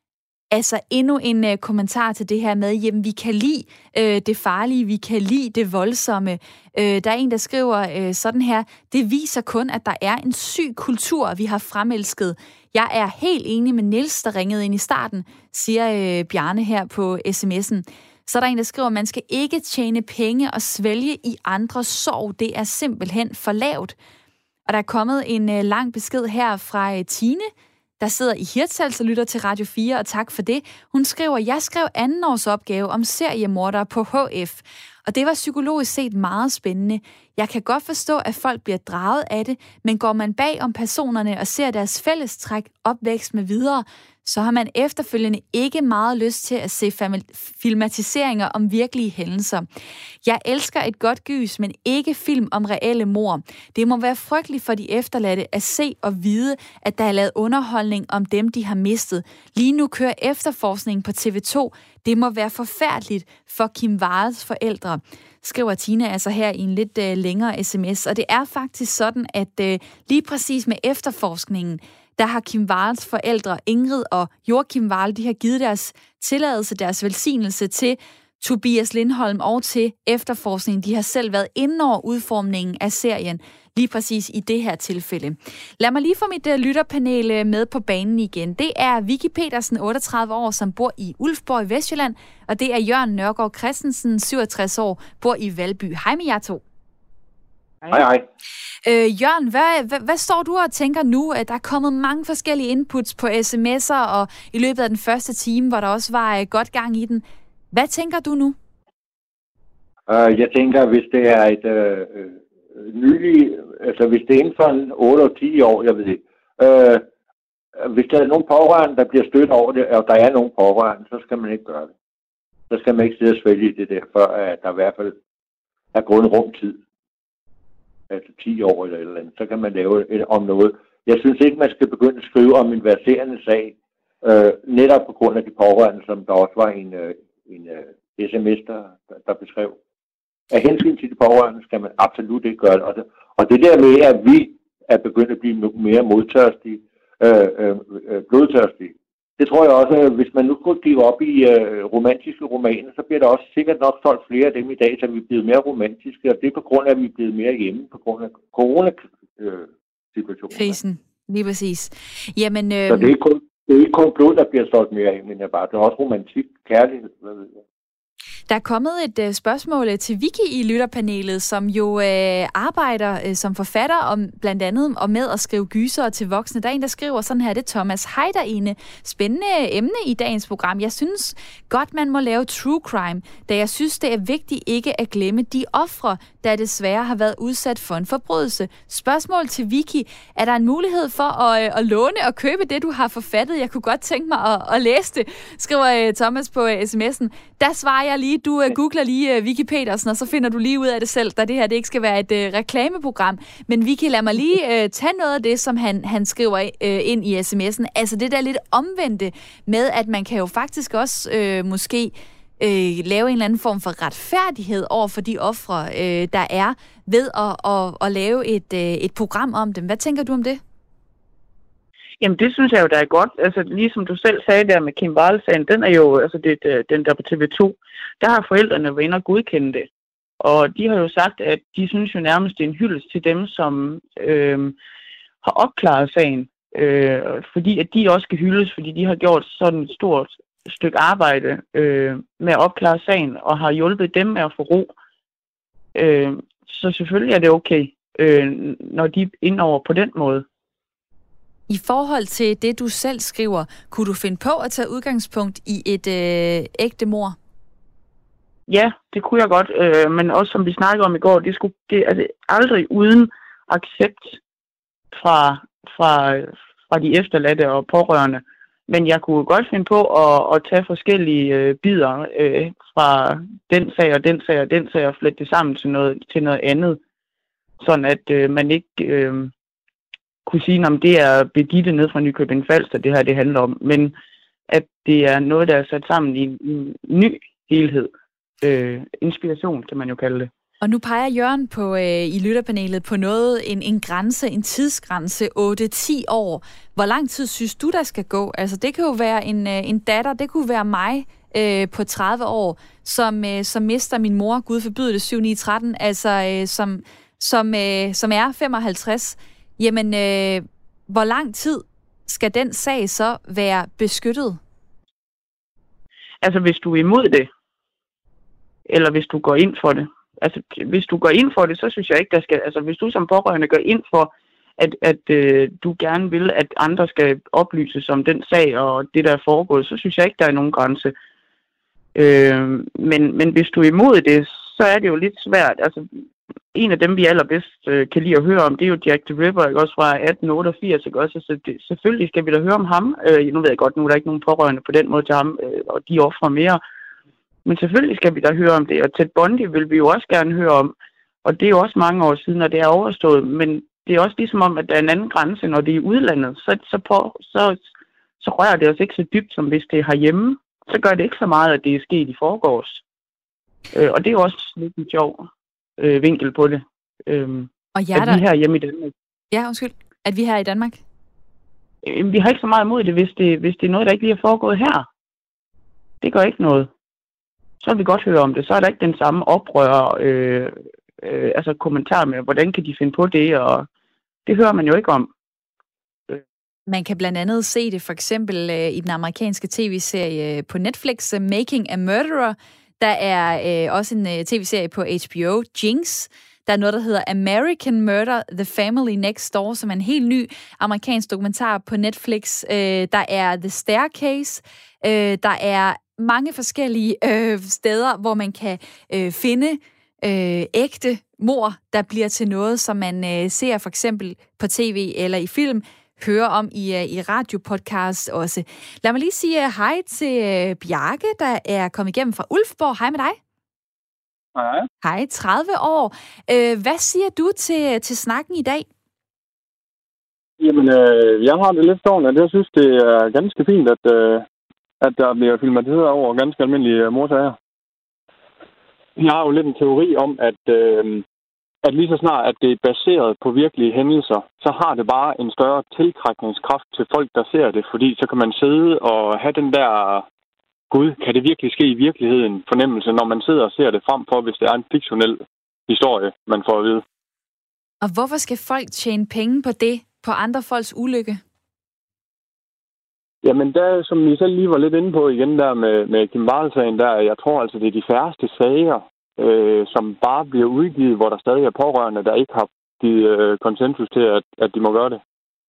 Altså endnu en uh, kommentar til det her med, jamen vi kan lide øh, det farlige, vi kan lide det voldsomme. Øh, der er en, der skriver øh, sådan her: Det viser kun, at der er en syg kultur, vi har fremelsket. Jeg er helt enig med Niels, der ringede ind i starten, siger øh, Bjarne her på sms'en. Så er der en, der skriver, at man skal ikke tjene penge og svælge i andres sorg. Det er simpelthen for lavt. Og der er kommet en øh, lang besked her fra øh, Tine, der sidder i Hirtshals og lytter til Radio fire, og tak for det. Hun skriver: Jeg skrev anden års opgave om seriemordere på H F, og det var psykologisk set meget spændende. Jeg kan godt forstå, at folk bliver draget af det, men går man bag om personerne og ser deres fællestræk, opvækst med videre, så har man efterfølgende ikke meget lyst til at se filmatiseringer om virkelige hændelser. Jeg elsker et godt gys, men ikke film om reelle mord. Det må være frygteligt for de efterladte at se og vide, at der er lavet underholdning om dem, de har mistet. Lige nu kører efterforskningen på T V to. Det må være forfærdeligt for Kim Warels forældre, skriver Tina altså her i en lidt øh, længere sms. Og det er faktisk sådan, at øh, lige præcis med efterforskningen, der har Kim Warels forældre, Ingrid og Joachim Warel, de har givet deres tilladelse, deres velsignelse til Tobias Lindholm og til efterforskningen. De har selv været inde over udformningen af serien, lige præcis i det her tilfælde. Lad mig lige få mit uh, lytterpanel med på banen igen. Det er Vicky Petersen, otteogtredive år, som bor i Ulfborg i Vestjylland, og det er Jørgen Nørgaard Christensen, syvogtres år, bor i Valby. Hej med jer to. Hej, hej. Øh, Jørgen, hvad, hvad, hvad står du og tænker nu? Der er kommet mange forskellige inputs på sms'er, og i løbet af den første time, hvor der også var uh, godt gang i den. Hvad tænker du nu? Uh, jeg tænker, hvis det er et uh, nylig, altså hvis det er inden for en otte og ti år, jeg ved ikke, uh, hvis der er nogle pårørende, der bliver stødt over det, og der er nogle pårørende, så skal man ikke gøre det. Så skal man ikke sidde og svælge i det der, før at der i hvert fald er gået en rumtid. Altså ti år eller et eller andet, så kan man lave et, om noget. Jeg synes ikke, man skal begynde at skrive om en verserende sag, øh, netop på grund af de pårørende, som der også var en, øh, en øh, sms, der, der beskrev. Af hensyn til de pårørende skal man absolut ikke gøre det. Og det, og det der med, at vi er begyndt at blive mere modtørstige, øh, øh, blodtørstig. Det tror jeg også, at hvis man nu kunne give op i øh, romantiske romaner, så bliver der også sikkert nok solgt flere af dem i dag, så vi er blevet mere romantiske, og det er på grund af, at vi er blevet mere hjemme på grund af corona-situationen. Krisen, lige præcis. Jamen, øh... Så det er, kun, det er ikke kun blod, der bliver solgt mere af, men det er bare, det er også romantik, kærlighed, hvad ved jeg. Der er kommet et uh, spørgsmål uh, til Vicky i lytterpanelet, som jo uh, arbejder uh, som forfatter om blandt andet og med at skrive gyser til voksne. Der er en, der skriver sådan her, det er Thomas. Hej derinde. Spændende emne i dagens program. Jeg synes godt, man må lave true crime, da jeg synes, det er vigtigt ikke at glemme de ofre, der desværre har været udsat for en forbrydelse. Spørgsmål til Vicky. Er der en mulighed for at, uh, at låne og købe det, du har forfattet? Jeg kunne godt tænke mig at, at læse det, skriver uh, Thomas på uh, sms'en. Der svarer jeg lige, du uh, googler lige uh, Vicky Petersen, og så finder du lige ud af det selv, da det her det ikke skal være et uh, reklameprogram. Men Vicky, lad mig lige uh, tage noget af det, som han, han skriver uh, ind i sms'en. Altså det der lidt omvendte med, at man kan jo faktisk også uh, måske uh, lave en eller anden form for retfærdighed over for de ofre, uh, der er, ved at, at, at lave et, uh, et program om dem. Hvad tænker du om det? Jamen, det synes jeg jo, der er godt. Altså, ligesom du selv sagde der med Kim Wall-sagen, den er jo, altså det, den der på T V to, der har forældrene været inde og godkende det. Og de har jo sagt, at de synes jo nærmest, det er en hyldest til dem, som øh, har opklaret sagen. Øh, fordi at de også skal hyldes, fordi de har gjort sådan et stort stykke arbejde øh, med at opklare sagen, og har hjulpet dem med at få ro. Øh, så selvfølgelig er det okay, øh, når de er indover på den måde. I forhold til det, du selv skriver, kunne du finde på at tage udgangspunkt i et øh, ægte mord? Ja, det kunne jeg godt, øh, men også som vi snakkede om i går, det skulle det, altså, aldrig uden accept fra, fra, fra de efterladte og pårørende. Men jeg kunne godt finde på at, at tage forskellige øh, bidder øh, fra den sag og den sag og den sag og flette det sammen til noget, til noget andet. Sådan at øh, man ikke øh, kunne sige, om det er Birgitte ned fra Nykøbing Falster, det her det handler om. Men at det er noget, der er sat sammen i en, en ny helhed. Øh, inspiration, kan man jo kalde det. Og nu peger Jørgen på, øh, i lytterpanelet på noget, en, en grænse, en tidsgrænse, otte til ti år. Hvor lang tid synes du, der skal gå? Altså, det kan jo være en, øh, en datter, det kunne være mig øh, på tredive år, som, øh, som mister min mor, Gud forbyde det, syv ni tretten, altså øh, som, som, øh, som er femoghalvtreds. Jamen, øh, hvor lang tid skal den sag så være beskyttet? Altså, hvis du er imod det, eller hvis du går ind for det. Altså, hvis du går ind for det, så synes jeg ikke, der skal... Altså, hvis du som pårørende går ind for, at, at øh, du gerne vil, at andre skal oplyses om den sag og det, der er foregået, så synes jeg ikke, der er nogen grænse. Øh, men, men hvis du er imod det, så er det jo lidt svært. Altså, en af dem, vi allerbedst øh, kan lide at høre om, det er jo Jack the Ripper, ikke? Også fra atten otteogfirs, ikke? Også, så det, selvfølgelig skal vi da høre om ham. Øh, nu ved jeg godt, nu er der ikke nogen pårørende på den måde til ham, øh, og de offrer mere. Men selvfølgelig skal vi da høre om det, og Ted Bundy vil vi jo også gerne høre om. Og det er jo også mange år siden, og det er overstået. Men det er også ligesom om, at der er en anden grænse, når det er i udlandet. Så, så, på, så, så rører det os ikke så dybt, som hvis det er herhjemme. Så gør det ikke så meget, at det er sket i forgårs. Øh, og det er jo også lidt en sjov øh, vinkel på det. Øh, og at vi her hjemme i Danmark. Ja, undskyld. At vi her i Danmark? Øh, vi har ikke så meget imod det, hvis det, hvis det er noget, der ikke lige er foregået her. Det gør ikke noget. Så vil vi godt høre om det. Så er der ikke den samme oprør, øh, øh, altså kommentar med, hvordan kan de finde på det, og det hører man jo ikke om. Man kan blandt andet se det for eksempel øh, i den amerikanske tv-serie på Netflix, Making a Murderer. Der er øh, også en øh, tv-serie på H B O, Jinx. Der er noget, der hedder American Murder, The Family Next Door, som er en helt ny amerikansk dokumentar på Netflix. Øh, der er The Staircase. Øh, der er mange forskellige øh, steder, hvor man kan øh, finde øh, ægte mord, der bliver til noget, som man øh, ser for eksempel på tv eller i film, hører om i, uh, i radiopodcast også. Lad mig lige sige uh, hej til uh, Bjarke, der er kommet igennem fra Ulfborg. Hej med dig. Hej. Hej, tredive år. Uh, hvad siger du til, til snakken i dag? Jamen, øh, jeg har det lidt stående, at jeg synes, det er ganske fint, at, øh, at der bliver filmatiseret over ganske almindelige morsager. Jeg har jo lidt en teori om, at, øh, at lige så snart, at det er baseret på virkelige hændelser, så har det bare en større tiltrækningskraft til folk, der ser det, fordi så kan man sidde og have den der, gud, kan det virkelig ske i virkeligheden, fornemmelse, når man sidder og ser det frem for, hvis det er en fiktionel historie, man får at vide. Og hvorfor skal folk tjene penge på det, på andre folks ulykke? Jamen, der, som I selv lige var lidt inde på igen der med, med Kim Wall-sagen, der, jeg tror altså, det er de færreste sager, øh, som bare bliver udgivet, hvor der stadig er pårørende, der ikke har givet øh, konsensus til, at, at de må gøre det.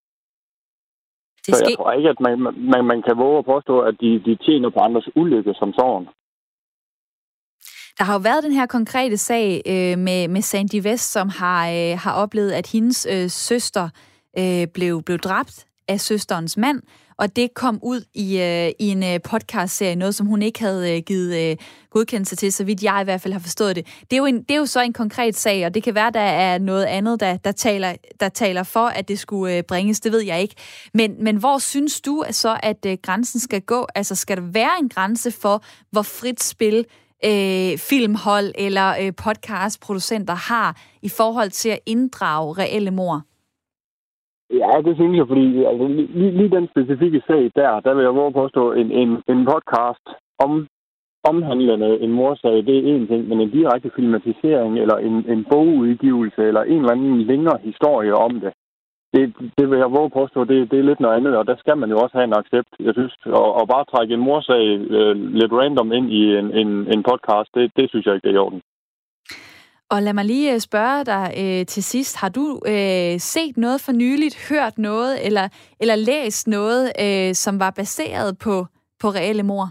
det Så jeg tror ikke, at man, man, man kan våge at påstå, at de, de tjener på andres ulykke som sådan. Der har jo været den her konkrete sag øh, med, med Sandy West, som har, øh, har oplevet, at hendes øh, søster øh, blev, blev dræbt af søsterens mand, og det kom ud i, øh, i en øh, podcastserie, noget som hun ikke havde øh, givet øh, godkendelse til, så vidt jeg i hvert fald har forstået det. Det er, jo en, det er jo så en konkret sag, og det kan være, der er noget andet, der, der, taler, der taler for, at det skulle øh, bringes, det ved jeg ikke. Men, men hvor synes du så, at øh, grænsen skal gå? Altså, skal der være en grænse for, hvor frit spil øh, filmhold eller øh, podcastproducenter har i forhold til at inddrage reelle mord? Ja, det synes jeg, fordi altså, lige, lige den specifikke sag der, der vil jeg våge påstå, en, en, en podcast om omhandlende en morsag, det er en ting, men en direkte filmatisering eller en, en bogudgivelse eller en eller anden længere historie om det, det, det vil jeg våge påstå, det, det er lidt noget andet, og der skal man jo også have en accept, jeg synes, og, og bare trække en morsag øh, lidt random ind i en, en, en podcast, det, det synes jeg ikke, det er i orden. Og lad mig lige spørge dig øh, til sidst. Har du øh, set noget for nyligt, hørt noget, eller, eller læst noget, øh, som var baseret på, på reelle mord?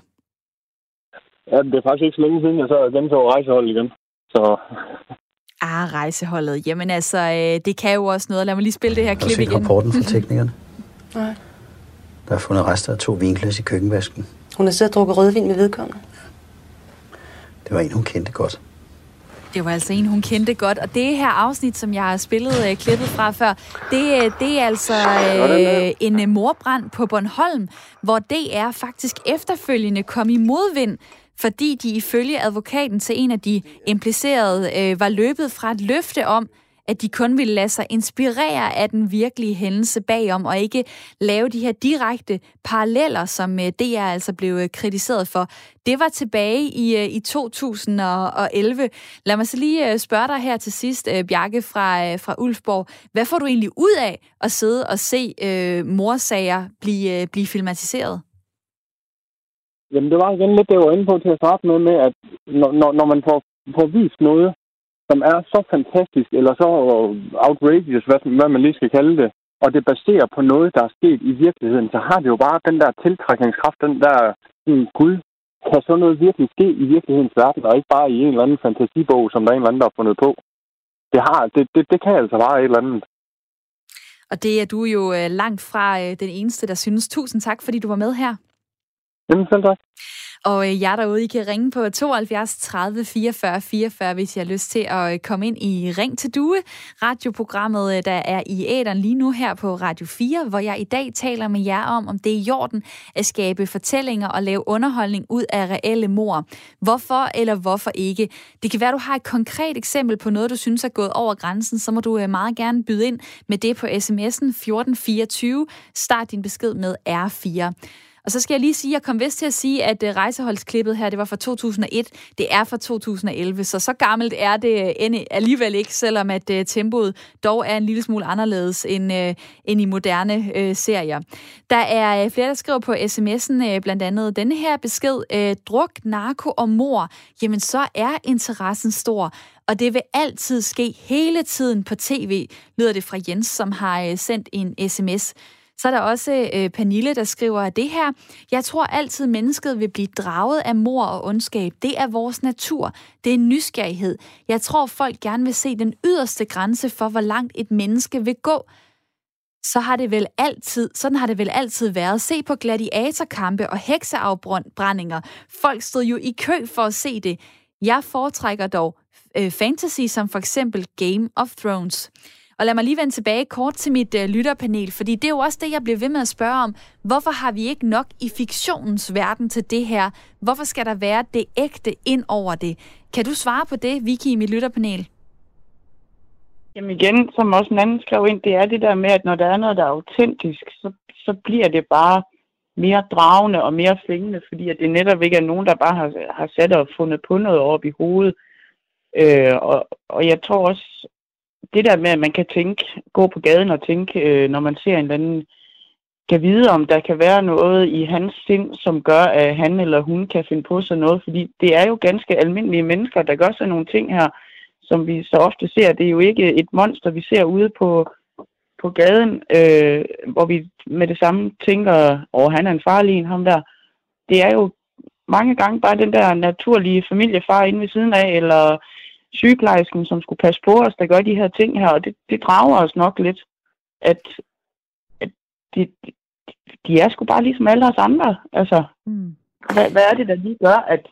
Ja, det er faktisk ikke så længe siden, jeg så genså Rejseholdet igen. Så... Ah, Rejseholdet. Jamen altså, øh, det kan jo også noget. Lad mig lige spille det her klip igen. Har du set rapporten fra teknikerne? Nej. Der er fundet rester af to vinglas i køkkenvasken. Hun har siddet og drukket rødvin med vedkommende. Det var en, hun kendte godt. Det var altså en, hun kendte godt. Og det her afsnit, som jeg har spillet øh, klippet fra før, det, det er altså øh, en øh, mordbrand på Bornholm, hvor D R faktisk efterfølgende kom i modvind, fordi de ifølge advokaten til en af de implicerede øh, var løbet fra et løfte om, at de kun ville lade sig inspirere af den virkelige hændelse bagom, og ikke lave de her direkte paralleller, som D R altså blev kritiseret for. Det var tilbage i, i to tusind og elleve. Lad mig så lige spørge dig her til sidst, Bjarke fra, fra Ulfborg. Hvad får du egentlig ud af at sidde og se øh, morsager blive, blive filmatiseret? Jamen, det var igen lidt, det var inde på til at starte med, med at når, når man får, får vist noget, som er så fantastisk, eller så outrageous, hvad, hvad man lige skal kalde det, og det baserer på noget, der er sket i virkeligheden, så har det jo bare den der tiltrækningskraft, den der, hmm, gud, kan så noget virkelig ske i virkelighedens verden, og ikke bare i en eller anden fantasibog, som der er en eller anden, der har fundet på. Det, har, det, det, det kan altså bare et eller andet. Og det er du jo langt fra den eneste, der synes. Tusind tak, fordi du var med her. Jamen, selv tak. Og jer derude, I kan ringe på tooghalvfjerds tredive fireogfyrre fireogfyrre, hvis I har lyst til at komme ind i Ring til Due, radioprogrammet, der er i æteren lige nu her på Radio fire, hvor jeg i dag taler med jer om, om det er i orden at skabe fortællinger og lave underholdning ud af reelle mord. Hvorfor eller hvorfor ikke? Det kan være, du har et konkret eksempel på noget, du synes er gået over grænsen, så må du meget gerne byde ind med det på sms'en fjorten fireogtyve. Start din besked med R fire. Og så skal jeg lige sige, at jeg kom vist til at sige, at rejseholdsklippet her, det var fra to tusind og et. Det er fra to tusind og elleve, så så gammelt er det alligevel ikke, selvom at tempoet dog er en lille smule anderledes end, end i moderne øh, serier. Der er flere, der skriver på sms'en, blandt andet denne her besked. Druk, narko og mord, jamen så er interessen stor. Og det vil altid ske hele tiden på tv, lyder det fra Jens, som har sendt en sms. Så er der også øh, Pernille, der skriver det her. Jeg tror altid, mennesket vil blive draget af mord og ondskab. Det er vores natur. Det er nysgerrighed. Jeg tror, folk gerne vil se den yderste grænse for, hvor langt et menneske vil gå. Så har det vel altid, sådan har det vel altid været. Se på gladiatorkampe og hekseafbrændinger. Folk stod jo i kø for at se det. Jeg foretrækker dog øh, fantasy som for eksempel Game of Thrones. Og lad mig lige vende tilbage kort til mit øh, lytterpanel, fordi det er jo også det, jeg bliver ved med at spørge om. Hvorfor har vi ikke nok i fiktionens verden til det her? Hvorfor skal der være det ægte ind over det? Kan du svare på det, Vicky, i mit lytterpanel? Jamen igen, som også en anden skrev ind, det er det der med, at når der er noget, der er autentisk, så, så bliver det bare mere dragende og mere fængende, fordi at det netop ikke er nogen, der bare har, har sat og fundet på noget op i hovedet. Øh, og, og jeg tror også, det der med, at man kan tænke, gå på gaden og tænke, øh, når man ser en eller anden, kan vide, om der kan være noget i hans sind, som gør, at han eller hun kan finde på sådan noget, fordi det er jo ganske almindelige mennesker, der gør sådan nogle ting her, som vi så ofte ser. Det er jo ikke et monster, vi ser ude på, på gaden, øh, hvor vi med det samme tænker, åh, han er en farlig en, ham der. Det er jo mange gange bare den der naturlige familiefar inde ved siden af, eller sygeplejersken, som skulle passe på os, der gør de her ting her, og det, det drager os nok lidt, at, at de, de er sgu bare ligesom alle os andre. Altså, mm. hvad, hvad er det, der lige gør, at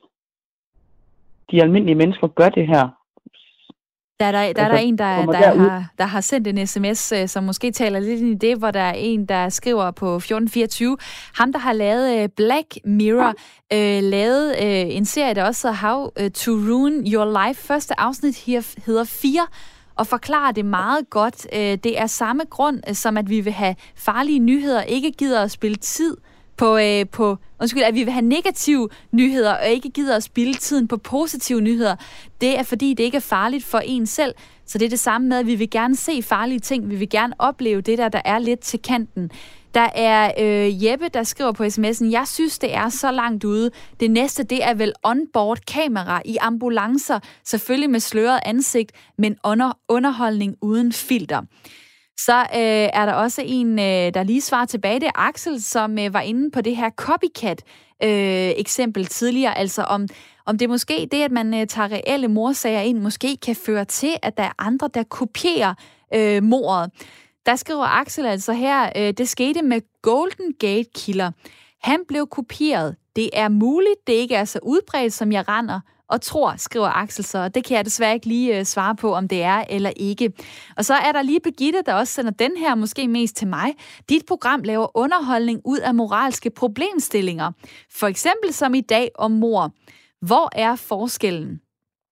de almindelige mennesker gør det her? Der er der, der, er der en, der, der, har, der har sendt en sms, som måske taler lidt ind i det, hvor der er en, der skriver på fjorten fireogtyve. Ham, der har lavet Black Mirror, øh, lavet øh, en serie, der også hedder How to Ruin Your Life. Første afsnit her hedder fire, og forklarer det meget godt. Det er samme grund, som at vi vil have farlige nyheder, ikke gider at spille tid på, øh, på undskyld, at vi vil have negative nyheder, og ikke gider at spilde tiden på positive nyheder. Det er, fordi det ikke er farligt for en selv. Så det er det samme med, at vi vil gerne se farlige ting. Vi vil gerne opleve det der, der er lidt til kanten. Der er øh, Jeppe, der skriver på sms'en, jeg synes, det er så langt ude. Det næste, det er vel onboard kamera i ambulancer, selvfølgelig med sløret ansigt, men under underholdning uden filter. Så øh, er der også en, øh, der lige svarer tilbage. Det er Axel, som øh, var inde på det her copycat-eksempel øh, tidligere. Altså om, om det måske det, at man øh, tager reelle mordsager ind, måske kan føre til, at der er andre, der kopierer øh, mordet. Der skriver Axel altså her, øh, det skete med Golden Gate Killer. Han blev kopieret. Det er muligt, det ikke er så udbredt, som jeg render og tror, skriver Axel så. Det kan jeg desværre ikke lige uh, svare på, om det er eller ikke. Og så er der lige Birgitte, der også sender den her måske mest til mig. Dit program laver underholdning ud af moralske problemstillinger. For eksempel som i dag om mord. Hvor er forskellen?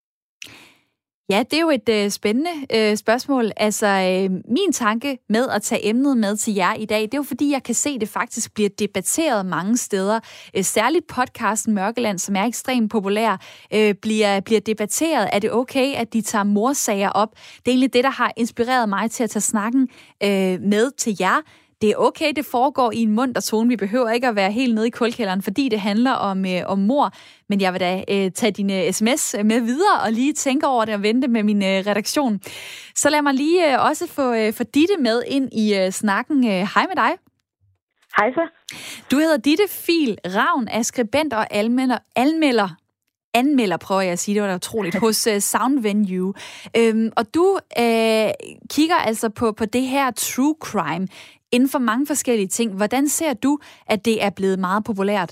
Ja, det er jo et øh, spændende øh, spørgsmål. Altså, øh, min tanke med at tage emnet med til jer i dag, det er jo fordi, jeg kan se, at det faktisk bliver debatteret mange steder. Øh, særligt podcasten Mørkeland, som er ekstremt populær, øh, bliver, bliver debatteret. Er det okay, at de tager mordsager op? Det er egentlig det, der har inspireret mig til at tage snakken øh, med til jer. Det er okay, det foregår i en munter tone. Vi behøver ikke at være helt nede i kulkælderen, fordi det handler om, øh, om mord. Men jeg vil da øh, tage dine sms med videre og lige tænke over det og vente med min øh, redaktion. Så lad mig lige øh, også få, øh, få Ditte med ind i øh, snakken. Øh, hej med dig. Hej så. Du hedder Ditte Fiel Ravn, er skribent og anmelder, anmelder anmelder, prøver jeg at sige, det var da utroligt, hos uh, Sound Venue. Øhm, og du øh, kigger altså på, på det her true crime inden for mange forskellige ting. Hvordan ser du, at det er blevet meget populært?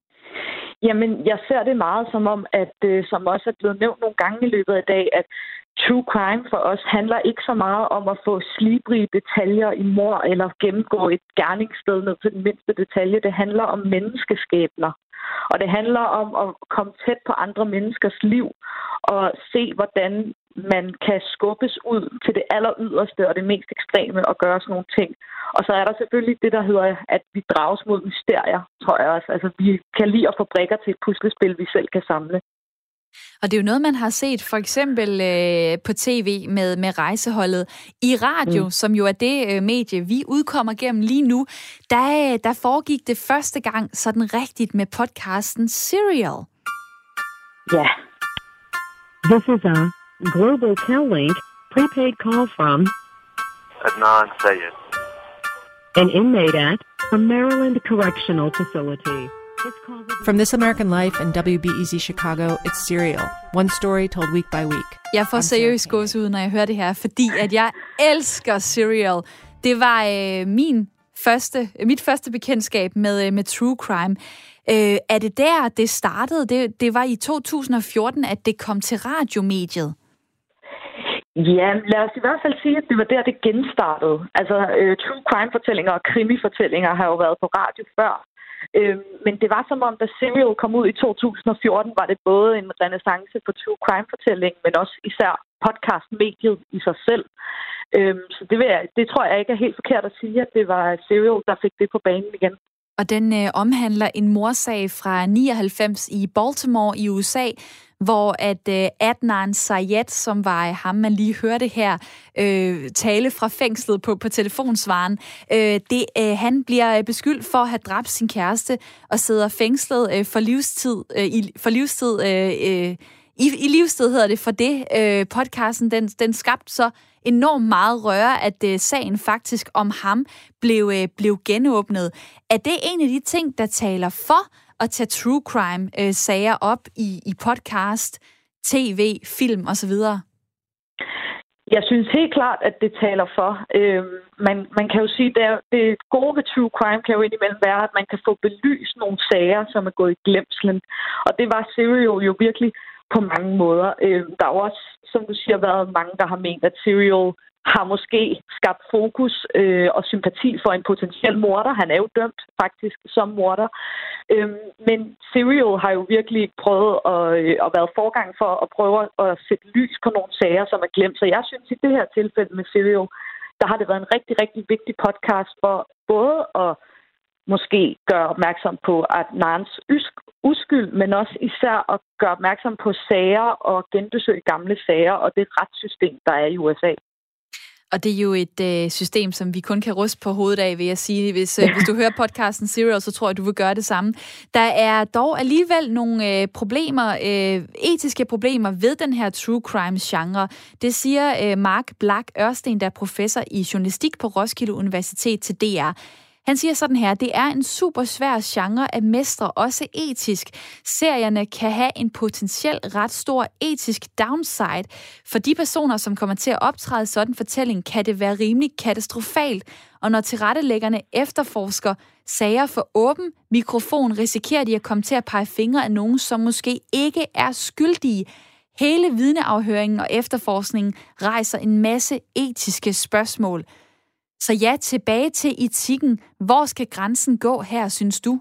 Jamen, jeg ser det meget som om, at øh, som også er blevet nævnt nogle gange i løbet af i dag, at true crime for os handler ikke så meget om at få slibrige detaljer i mord eller gennemgå et gerningssted ned til den mindste detalje. Det handler om menneskeskæbner. Og det handler om at komme tæt på andre menneskers liv og se, hvordan man kan skubbes ud til det aller yderste og det mest ekstreme og gøre sådan nogle ting. Og så er der selvfølgelig det, der hedder, at vi drages mod mysterier, tror jeg også. Altså, vi kan lide at få brikker til et puslespil, vi selv kan samle. Og det er jo noget, man har set for eksempel øh, på tv med, med Rejseholdet. I radio, mm. som jo er det øh, medie, vi udkommer gennem lige nu, der, der foregik det første gang sådan rigtigt med podcasten Serial. Ja. Yeah. This is a Global Tel Link prepaid call from Adnan Syed, an inmate at a Maryland Correctional Facility. From This American Life and W B E Z Chicago, it's Serial. One story told week by week. Jeg får seriøst gåsehud, når jeg hører det her, fordi at jeg elsker Serial. Det var øh, min første, mit første bekendtskab med, øh, med true crime. Øh, er det der, det startede? Det, det var i to tusind og fjorten, at det kom til radiomediet. Ja, lad os i hvert fald sige, at det var der, det genstartede. Altså, øh, true crime-fortællinger og krimifortællinger har jo været på radio før. Øh, men det var som om, da Serial kom ud i to tusind og fjorten, var det både en renæssance for true crime-fortælling, men også især podcastmediet i sig selv. Øhm, så det, vil jeg, det tror jeg ikke er helt forkert at sige, at det var Serial, der fik det på banen igen. Og den øh, omhandler en mordsag fra nioghalvfems i Baltimore i U S A, hvor at øh, Adnan Syed, som var ham, man lige hørte her, øh, tale fra fængslet på, på telefonsvaren, øh, det, øh, han bliver beskyldt for at have dræbt sin kæreste og sidder fængslet øh, for livstid, øh, i, for livstid øh, øh, i, i livstid hedder det for det. Øh, podcasten, den, den skabte så enormt meget røre, at øh, sagen faktisk om ham blev, øh, blev genåbnet. Er det en af de ting, der taler for at tage true crime-sager øh, op i, i podcast, tv, film osv.? Jeg synes helt klart, at det taler for. Øh, man, man kan jo sige, at det gode ved true crime kan jo indimellem være, at man kan få belyst nogle sager, som er gået i glemslen. Og det var Serial jo virkelig på mange måder. Øh, der er også, som du siger, været mange, der har ment, at Serial har måske skabt fokus øh, og sympati for en potentiel morder. Han er jo dømt faktisk som morder. Øh, men Serial har jo virkelig prøvet at, øh, at være forgang for at prøve at sætte lys på nogle sager, som er glemt. Så jeg synes, i det her tilfælde med Serial, der har det været en rigtig, rigtig vigtig podcast for både at måske gøre opmærksom på Adnans uskyld, men også især at gøre opmærksom på sager og genbesøge gamle sager og det retssystem, der er i U S A. Og det er jo et øh, system, som vi kun kan ryste på hovedet af, vil jeg sige. Hvis, øh, hvis du hører podcasten Serial, så tror jeg, du vil gøre det samme. Der er dog alligevel nogle øh, problemer, øh, etiske problemer ved den her true crime-genre. Det siger øh, Mark Black Ørsten, der er professor i journalistik på Roskilde Universitet til D R. Han siger sådan her, det er en super svær genre at mestre, også etisk. Serierne kan have en potentielt ret stor etisk downside. For de personer, som kommer til at optræde sådan en fortælling, kan det være rimelig katastrofalt. Og når tilrettelæggerne efterforsker sager for åben mikrofon, risikerer de at komme til at pege fingre af nogen, som måske ikke er skyldige. Hele vidneafhøringen og efterforskningen rejser en masse etiske spørgsmål. Så ja, tilbage til etikken. Hvor skal grænsen gå her, synes du?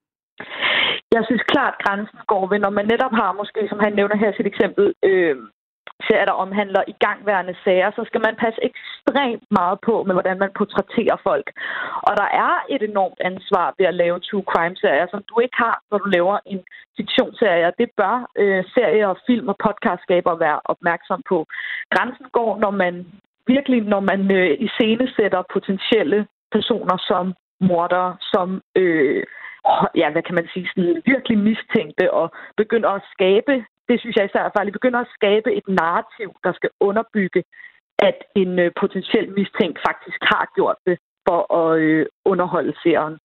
Jeg synes klart, grænsen går ved, når man netop har, måske som han nævner her sit eksempel, øh, serier, der omhandler igangværende sager, så skal man passe ekstremt meget på med, hvordan man portrætterer folk. Og der er et enormt ansvar ved at lave true crime-serier, som du ikke har, når du laver en fiktionsserie. Det bør øh, serier, film og podcastskaber være opmærksom på. Grænsen går, når man virkelig, når man øh, iscenesætter potentielle personer som mordere, som øh, ja, hvad kan man sige, sådan virkelig mistænkte, og begynder at skabe, det synes jeg især er farligt, begynder at skabe et narrativ, der skal underbygge, at en øh, potentiel mistænkt faktisk har gjort det for at øh, underholde serien.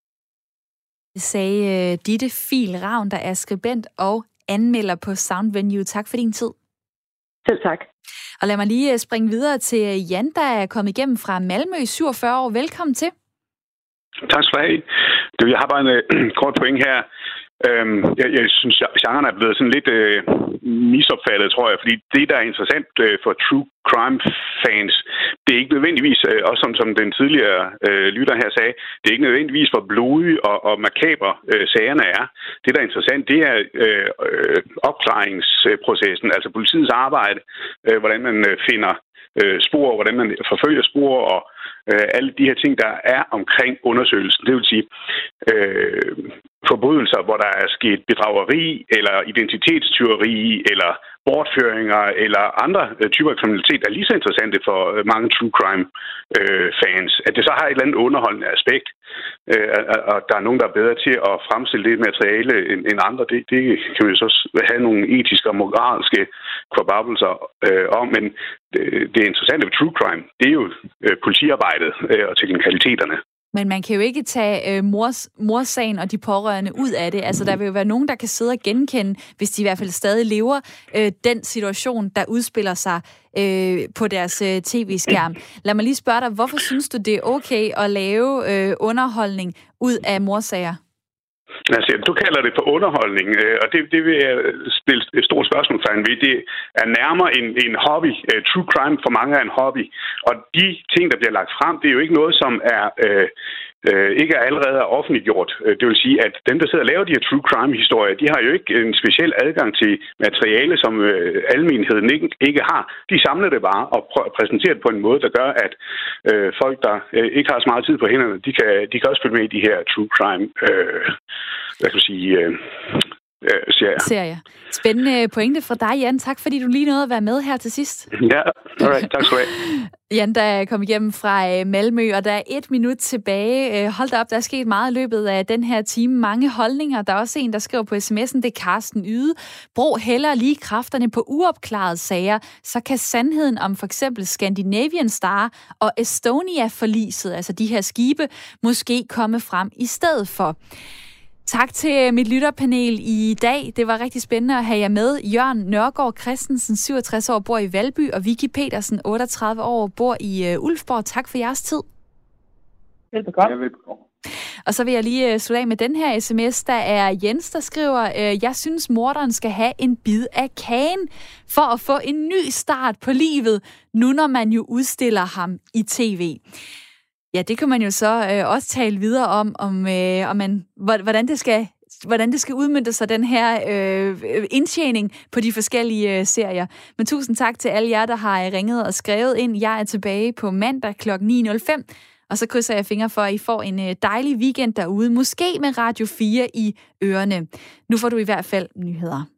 Det sagde øh, Ditte Fiel Ravn, der er skribent og anmelder på Sound Venue. Tak for din tid. Selv tak. Og lad mig lige springe videre til Jan, der er kommet igennem fra Malmø, syvogfyrre år. Velkommen til. Tak skal du have. Jeg har bare en øh, kort point her. Øhm, jeg, jeg synes, at genren er blevet sådan lidt øh, misopfattet, tror jeg, fordi det, der er interessant øh, for true crime-fans, det er ikke nødvendigvis, øh, også som, som den tidligere øh, lytter her sagde, det er ikke nødvendigvis, hvor blodige og, og makaber øh, sagerne er. Det, der er interessant, det er øh, øh, opklaringsprocessen, altså politiets arbejde, øh, hvordan man øh, finder øh, spor, hvordan man forfølger spor og øh, alle de her ting, der er omkring undersøgelsen. Det vil sige øh, forbrydelser, hvor der er sket bedrageri, eller identitetstyveri, eller bortføringer, eller andre øh, typer af kriminalitet, der er lige så interessante for øh, mange true crime øh, fans. At det så har et eller andet underholdende aspekt, øh, og der er nogen, der er bedre til at fremstille det materiale end, end andre, det, det kan vi så have nogle etiske og moralske kvababelser øh, om, men det, det interessante ved true crime, det er jo øh, politiarbejdet øh, og teknikaliteterne. Men man kan jo ikke tage øh, mors, morsagen og de pårørende ud af det. Altså, der vil jo være nogen, der kan sidde og genkende, hvis de i hvert fald stadig lever, øh, den situation, der udspiller sig øh, på deres øh, tv-skærm. Lad mig lige spørge dig, hvorfor synes du, det er okay at lave øh, underholdning ud af morsager? Altså, du kalder det for underholdning, og det, det vil jeg stille et stort spørgsmålstegn ved. Det er nærmere en, en hobby. True crime for mange er en hobby. Og de ting, der bliver lagt frem, det er jo ikke noget, som er øh, øh, ikke allerede er offentliggjort. Det vil sige, at dem, der sidder og laver de her true crime-historier, de har jo ikke en speciel adgang til materiale, som øh, almenheden ikke, ikke har. De samler det bare og pr- præsenterer det på en måde, der gør, at øh, folk, der øh, ikke har så meget tid på hænderne, de kan, de kan også følge med i de her true crime, øh, hvad kan man sige, øh, øh, serier. Serier. Spændende pointe fra dig, Jan. Tak, fordi du lige nåede at være med her til sidst. Ja, alright. Tak skal du have. Jan, der kom igennem fra Malmø, og der er et minut tilbage. Hold da op, der er sket meget i løbet af den her time. Mange holdninger. Der er også en, der skriver på sms'en, det er Carsten Yde. Brug hellere lige kræfterne på uopklarede sager, så kan sandheden om for eksempel Scandinavian Star og Estonia-forliset, altså de her skibe, måske komme frem i stedet for. Tak til mit lytterpanel i dag. Det var rigtig spændende at have jer med. Jørgen Nørgaard Christensen, syvogtres år, bor i Valby, og Vicky Petersen, otteogtredive år, bor i uh, Ulfborg. Tak for jeres tid. Velbekomme. Ja, velbekomme. Og så vil jeg lige uh, slutte af med den her sms. Der er Jens, der skriver, uh, jeg synes, morderen skal have en bid af kagen for at få en ny start på livet, nu når man jo udstiller ham i tv. Ja, det kan man jo så øh, også tale videre om, om, øh, om man, hvordan, det skal, hvordan det skal udmønte sig, den her øh, indtjening på de forskellige øh, serier. Men tusind tak til alle jer, der har ringet og skrevet ind. Jeg er tilbage på mandag klokken ni nul fem, og så krydser jeg fingre for, at I får en øh, dejlig weekend derude, måske med Radio fire i ørerne. Nu får du i hvert fald nyheder.